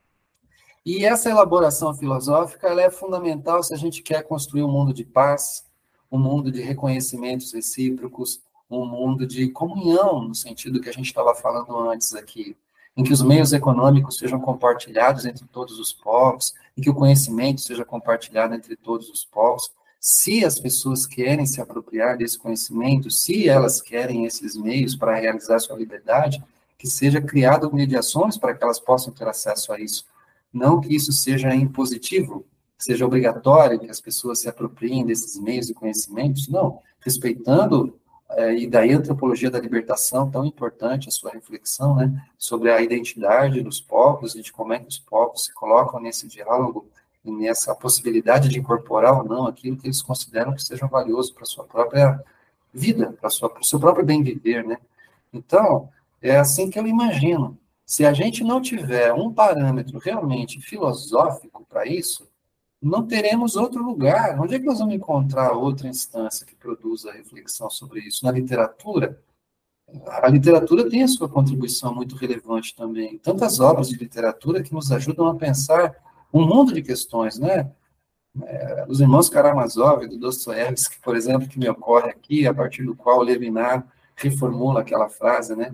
E essa elaboração filosófica ela é fundamental se a gente quer construir um mundo de paz, um mundo de reconhecimentos recíprocos, um mundo de comunhão, no sentido que a gente estava falando antes aqui, em que os meios econômicos sejam compartilhados entre todos os povos, e que o conhecimento seja compartilhado entre todos os povos. Se as pessoas querem se apropriar desse conhecimento, se elas querem esses meios para realizar sua liberdade, que seja criado mediações para que elas possam ter acesso a isso. Não que isso seja impositivo, seja obrigatório que as pessoas se apropriem desses meios de conhecimentos, não, respeitando, e daí a antropologia da libertação, tão importante, a sua reflexão, né, sobre a identidade dos povos e de como é que os povos se colocam nesse diálogo e nessa possibilidade de incorporar ou não aquilo que eles consideram que seja valioso para a sua própria vida, para o seu próprio bem-viver, né. Então, é assim que eu imagino. Se a gente não tiver um parâmetro realmente filosófico para isso, não teremos outro lugar. Onde é que nós vamos encontrar outra instância que produza reflexão sobre isso? Na literatura? A literatura tem a sua contribuição muito relevante também. Tantas obras de literatura que nos ajudam a pensar um mundo de questões, né? Os Irmãos Karamazov, do Dostoiévski, por exemplo, que me ocorre aqui, a partir do qual Levinas reformula aquela frase, né?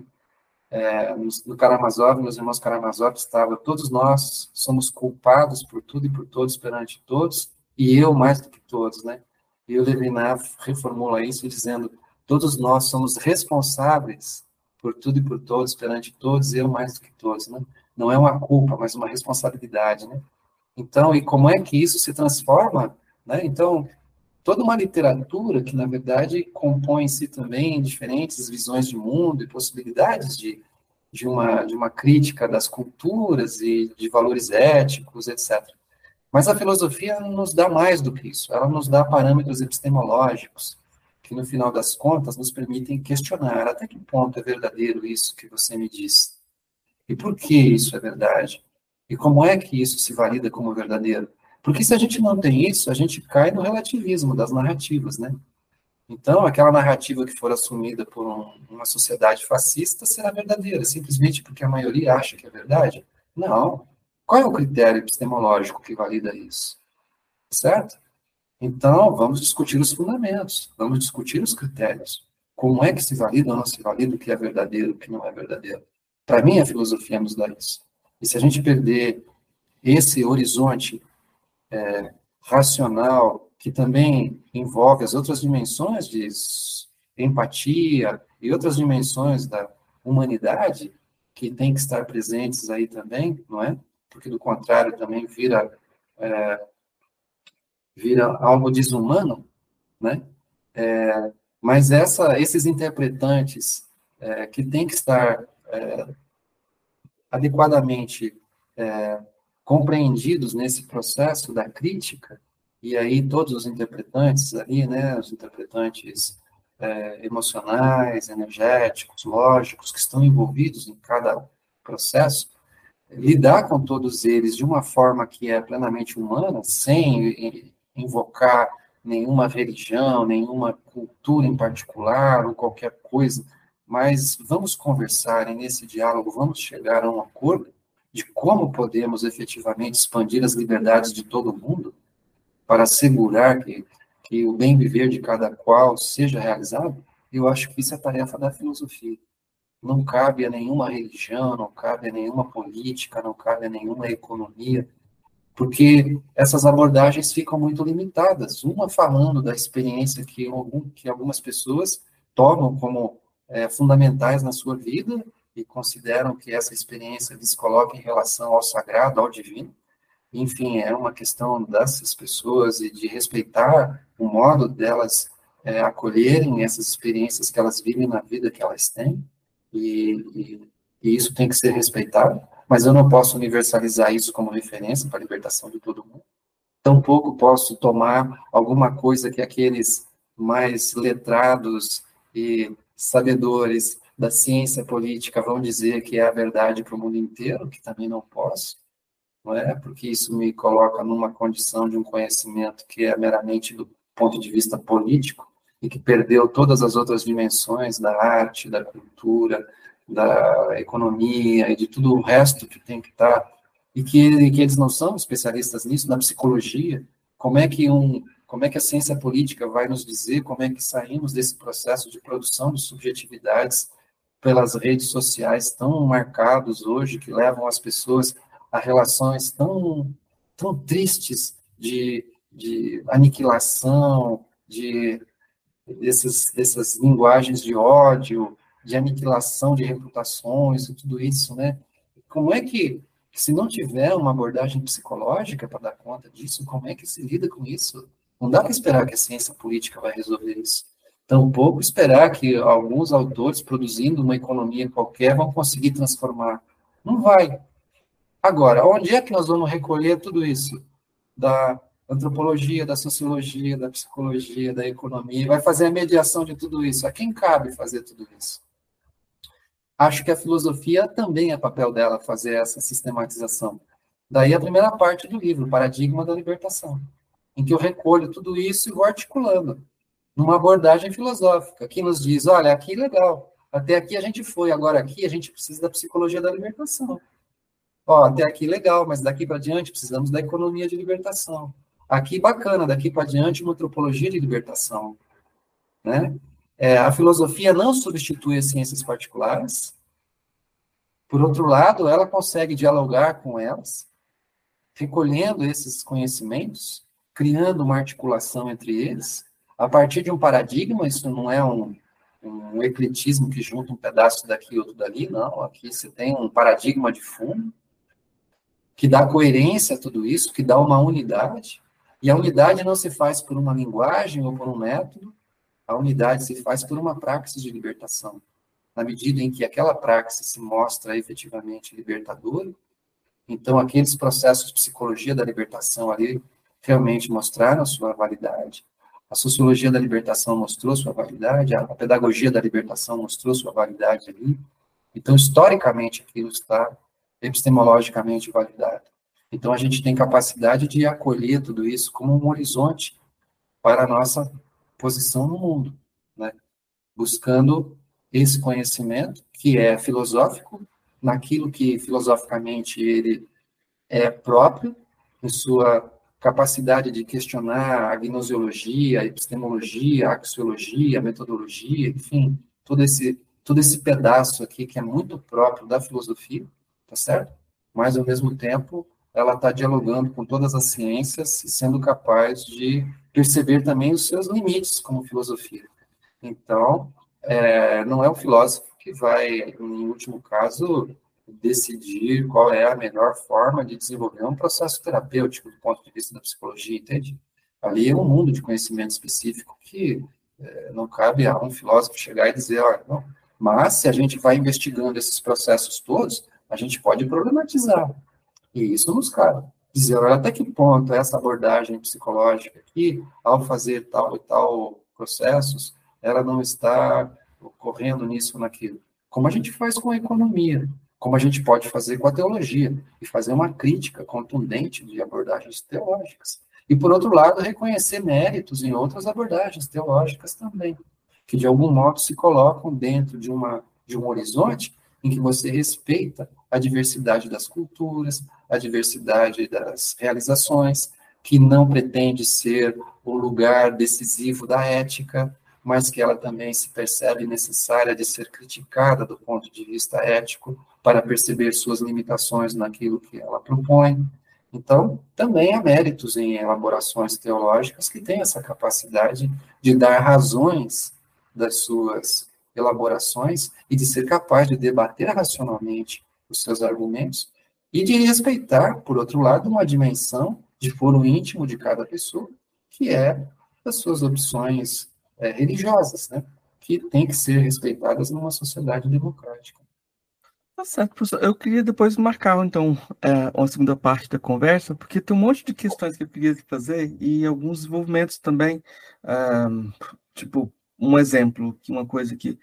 No Karamazov, nos Irmãos Karamazov estava: todos nós somos culpados por tudo e por todos perante todos, e eu mais do que todos, né? E o Levinas reformula isso dizendo: todos nós somos responsáveis por tudo e por todos perante todos, e eu mais do que todos, né? Não é uma culpa, mas uma responsabilidade, né? Então, e como é que isso se transforma, né? Então, toda uma literatura que, na verdade, compõe em si também diferentes visões de mundo e possibilidades de uma crítica das culturas e de valores éticos, etc. Mas a filosofia nos dá mais do que isso. Ela nos dá parâmetros epistemológicos que, no final das contas, nos permitem questionar até que ponto é verdadeiro isso que você me diz. E por que isso é verdade? E como é que isso se valida como verdadeiro? Porque se a gente não tem isso, a gente cai no relativismo das narrativas, né? Então, aquela narrativa que for assumida por uma sociedade fascista será verdadeira, simplesmente porque a maioria acha que é verdade? Não. Qual é o critério epistemológico que valida isso? Certo? Então, vamos discutir os fundamentos, vamos discutir os critérios. Como é que se valida ou não se valida o que é verdadeiro, o que não é verdadeiro? Para mim, a filosofia nos dá isso. E se a gente perder esse horizonte racional, que também envolve as outras dimensões de empatia e outras dimensões da humanidade, que tem que estar presentes aí também, não é? Porque, do contrário, também vira algo desumano, né? Mas esses interpretantes que têm que estar adequadamente compreendidos nesse processo da crítica, e aí todos os interpretantes ali, né, os interpretantes emocionais, energéticos, lógicos, que estão envolvidos em cada processo, lidar com todos eles de uma forma que é plenamente humana, sem invocar nenhuma religião, nenhuma cultura em particular, ou qualquer coisa, mas vamos conversar e nesse diálogo vamos chegar a um acordo de como podemos efetivamente expandir as liberdades de todo mundo para assegurar que o bem viver de cada qual seja realizado. Eu acho que isso é tarefa da filosofia. Não cabe a nenhuma religião, não cabe a nenhuma política, não cabe a nenhuma economia, porque essas abordagens ficam muito limitadas. Uma falando da experiência que algumas pessoas tomam como fundamentais na sua vida e consideram que essa experiência lhes coloca em relação ao sagrado, ao divino. Enfim, é uma questão dessas pessoas e de respeitar o modo delas acolherem essas experiências que elas vivem na vida que elas têm, e isso tem que ser respeitado, mas eu não posso universalizar isso como referência para a libertação de todo mundo. Tampouco posso tomar alguma coisa que aqueles mais letrados e sabedores da ciência política vão dizer que é a verdade para o mundo inteiro, que também não posso, não é? Porque isso me coloca numa condição de um conhecimento que é meramente do ponto de vista político e que perdeu todas as outras dimensões da arte, da cultura, da economia e de tudo o resto que tem que estar, e que eles não são especialistas nisso, na psicologia. Como é que a ciência política vai nos dizer como é que saímos desse processo de produção de subjetividades pelas redes sociais tão marcados hoje, que levam as pessoas a relações tão tristes de aniquilação, dessas linguagens de ódio, de aniquilação de reputações e tudo isso, né? Como é que, se não tiver uma abordagem psicológica para dar conta disso, como é que se lida com isso? Não dá para esperar que a ciência política vai resolver isso. Tampouco esperar que alguns autores, produzindo uma economia qualquer, vão conseguir transformar. Não vai. Agora, onde é que nós vamos recolher tudo isso? Da antropologia, da sociologia, da psicologia, da economia, vai fazer a mediação de tudo isso. A quem cabe fazer tudo isso? Acho que a filosofia também é papel dela fazer essa sistematização. Daí a primeira parte do livro, Paradigma da Libertação, em que eu recolho tudo isso e vou articulando numa abordagem filosófica, que nos diz, olha, aqui legal, até aqui a gente foi, agora aqui a gente precisa da psicologia da libertação. Ó, até aqui legal, mas daqui para diante precisamos da economia de libertação. Aqui bacana, daqui para diante uma antropologia de libertação, né? A filosofia não substitui as ciências particulares. Por outro lado, ela consegue dialogar com elas, recolhendo esses conhecimentos, criando uma articulação entre eles, a partir de um paradigma. Isso não é um ecletismo que junta um pedaço daqui e outro dali, não. Aqui você tem um paradigma de fundo, que dá coerência a tudo isso, que dá uma unidade, e a unidade não se faz por uma linguagem ou por um método, a unidade se faz por uma praxis de libertação. Na medida em que aquela praxis se mostra efetivamente libertadora, então aqueles processos de psicologia da libertação ali realmente mostraram a sua validade, a sociologia da libertação mostrou sua validade, a pedagogia da libertação mostrou sua validade ali, então historicamente aquilo está epistemologicamente validado. Então a gente tem capacidade de acolher tudo isso como um horizonte para a nossa posição no mundo, né? Buscando esse conhecimento que é filosófico, naquilo que filosoficamente ele é próprio, em sua capacidade de questionar a gnoseologia, a epistemologia, a axiologia, a metodologia, enfim, todo esse pedaço aqui que é muito próprio da filosofia, tá certo? Mas, ao mesmo tempo, ela está dialogando com todas as ciências e sendo capaz de perceber também os seus limites como filosofia. Então, não é o filósofo que vai, em último caso, decidir qual é a melhor forma de desenvolver um processo terapêutico do ponto de vista da psicologia, entende? Ali é um mundo de conhecimento específico que não cabe a um filósofo chegar e dizer, olha, não. Mas se a gente vai investigando esses processos todos, a gente pode problematizar. E isso nos cabe. Dizer, olha, até que ponto essa abordagem psicológica aqui, ao fazer tal e tal processos, ela não está ocorrendo nisso ou naquilo. Como a gente faz com a economia, como a gente pode fazer com a teologia, e fazer uma crítica contundente de abordagens teológicas. E, por outro lado, reconhecer méritos em outras abordagens teológicas também, que de algum modo se colocam dentro de um horizonte em que você respeita a diversidade das culturas, a diversidade das realizações, que não pretende ser o lugar decisivo da ética, mas que ela também se percebe necessária de ser criticada do ponto de vista ético, para perceber suas limitações naquilo que ela propõe. Então, também há méritos em elaborações teológicas que têm essa capacidade de dar razões das suas elaborações e de ser capaz de debater racionalmente os seus argumentos e de respeitar, por outro lado, uma dimensão de foro íntimo de cada pessoa, que é as suas opções religiosas, né? Que têm que ser respeitadas numa sociedade democrática. Tá certo, professor. Eu queria depois marcar, então, uma segunda parte da conversa, porque tem um monte de questões que eu queria fazer e alguns desenvolvimentos também. ah, tipo, um exemplo, uma coisa que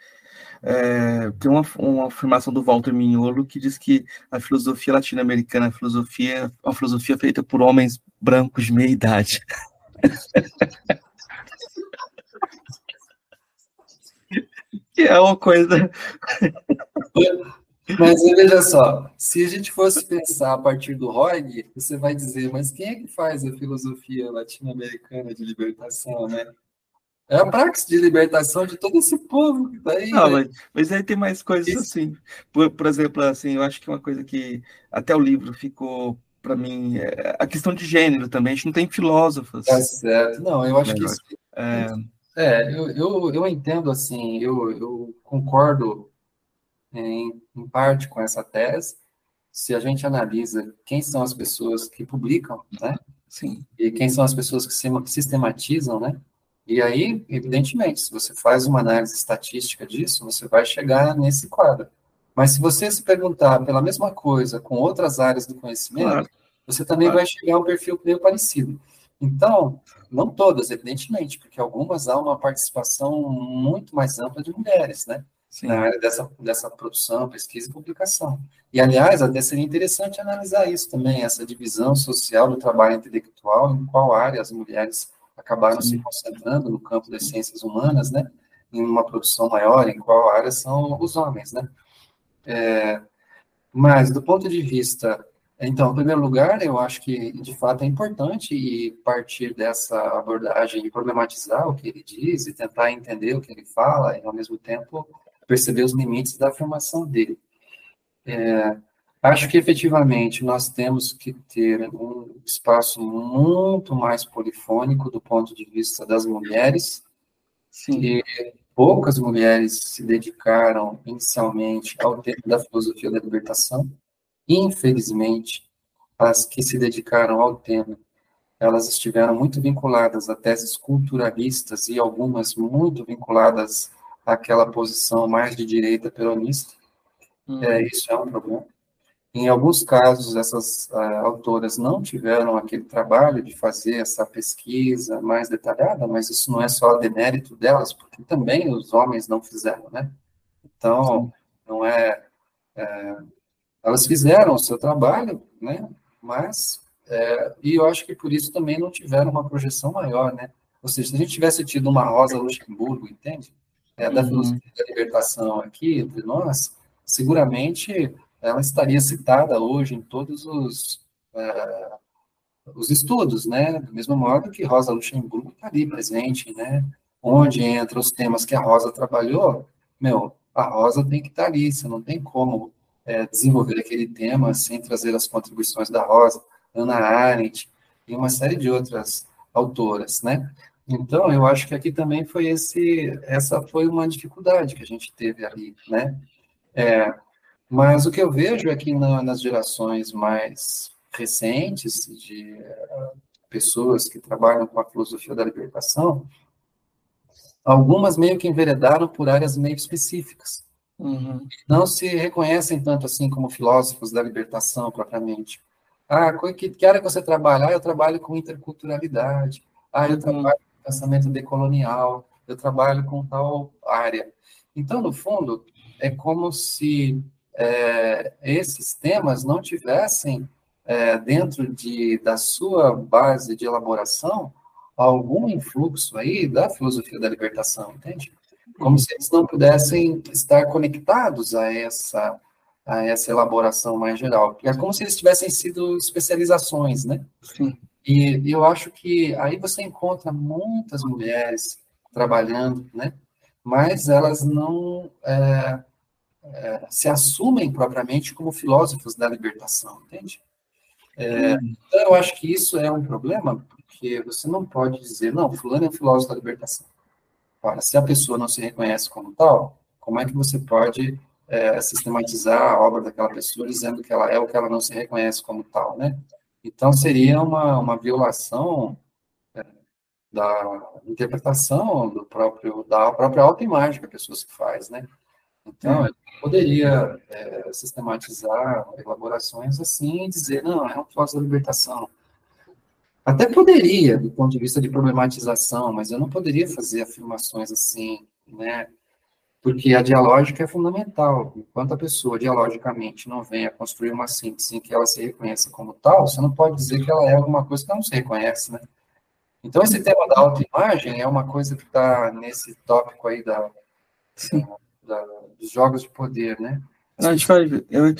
tem uma afirmação do Walter Mignolo que diz que a filosofia latino-americana é uma filosofia feita por homens brancos de meia idade. Que é uma coisa. Mas veja só, se a gente fosse pensar a partir do Hegel, você vai dizer, mas quem é que faz a filosofia latino-americana de libertação, né? É a praxis de libertação de todo esse povo que está aí, Não, né? mas aí tem mais coisas Isso assim. Por exemplo, assim, eu acho que uma coisa que até o livro ficou para mim é a questão de gênero também. A gente não tem tá filósofos certo. Não, eu acho que isso. melhores. É, Eu entendo assim, eu concordo em parte com essa tese. Se a gente analisa quem são as pessoas que publicam, né? sim, E quem são as pessoas que sistematizam, né? E aí, evidentemente, se você faz uma análise estatística disso, você vai chegar nesse quadro. Mas se você se perguntar pela mesma coisa com outras áreas do conhecimento, claro, você também claro, vai chegar a um perfil meio parecido. Então, não todas, evidentemente, porque algumas há uma participação muito mais ampla de mulheres, né? Na sim, área dessa produção, pesquisa e publicação. E, aliás, até seria interessante analisar isso também, essa divisão social do trabalho intelectual, em qual área as mulheres acabaram se sim. concentrando no campo das ciências humanas, né? Em uma produção maior, em qual área são os homens, né? Mas, do ponto de vista... Então, em primeiro lugar, eu acho que, de fato, é importante e partir dessa abordagem e problematizar o que ele diz e tentar entender o que ele fala e, ao mesmo tempo, perceber os limites da afirmação dele. Acho que, efetivamente, nós temos que ter um espaço muito mais polifônico do ponto de vista das mulheres, Sim. que poucas mulheres se dedicaram inicialmente ao tema da filosofia da libertação. Infelizmente, as que se dedicaram ao tema, elas estiveram muito vinculadas a teses culturalistas e algumas muito vinculadas àquela posição mais de direita peronista. Isso é um problema. Em alguns casos, essas autoras não tiveram aquele trabalho de fazer essa pesquisa mais detalhada, mas isso não é só demérito delas, porque também os homens não fizeram, né? Então, não é, elas fizeram o seu trabalho, né? Mas, e eu acho que por isso também não tiveram uma projeção maior, né? Ou seja, se a gente tivesse tido uma Rosa Luxemburgo, entende? Da filosofia da libertação aqui entre nós, seguramente ela estaria citada hoje em todos os estudos, né? Do mesmo modo que Rosa Luxemburgo está ali presente, né? Onde entra os temas que a Rosa trabalhou, a Rosa tem que estar ali, você não tem como desenvolver aquele tema sem trazer as contribuições da Rosa, Hannah Arendt e uma série de outras autoras, né? Então, eu acho que aqui também foi essa foi uma dificuldade que a gente teve ali, né? Mas o que eu vejo aqui nas gerações mais recentes de pessoas que trabalham com a filosofia da libertação, algumas meio que enveredaram por áreas meio específicas. Não se reconhecem tanto assim como filósofos da libertação propriamente. Que área que você trabalha? Eu trabalho com interculturalidade. Eu trabalho com pensamento decolonial. Eu trabalho com tal área. Então, no fundo, é como se esses temas não tivessem dentro da sua base de elaboração algum influxo aí da filosofia da libertação, entende? Como se eles não pudessem estar conectados a essa elaboração mais geral. É como se eles tivessem sido especializações, né? Sim. E eu acho que aí você encontra muitas mulheres trabalhando, né? Mas elas não se assumem propriamente como filósofos da libertação, entende? Então, eu acho que isso é um problema, porque você não pode dizer, não, fulano é um filósofo da libertação. Ora, se a pessoa não se reconhece como tal, como é que você pode sistematizar a obra daquela pessoa dizendo que ela é ou que ela não se reconhece como tal, né? Então, seria uma violação da interpretação da própria autoimagem que a pessoa se faz, né? Então, eu poderia sistematizar elaborações assim e dizer, não, é um filósofo da libertação. Até poderia, do ponto de vista de problematização, mas eu não poderia fazer afirmações assim, né? Porque a dialógica é fundamental. Enquanto a pessoa, dialogicamente, não venha construir uma síntese em que ela se reconheça como tal, você não pode dizer que ela é alguma coisa que ela não se reconhece, né? Então, esse tema da autoimagem é uma coisa que está nesse tópico aí dos jogos de poder, né? Não, a gente vai, eu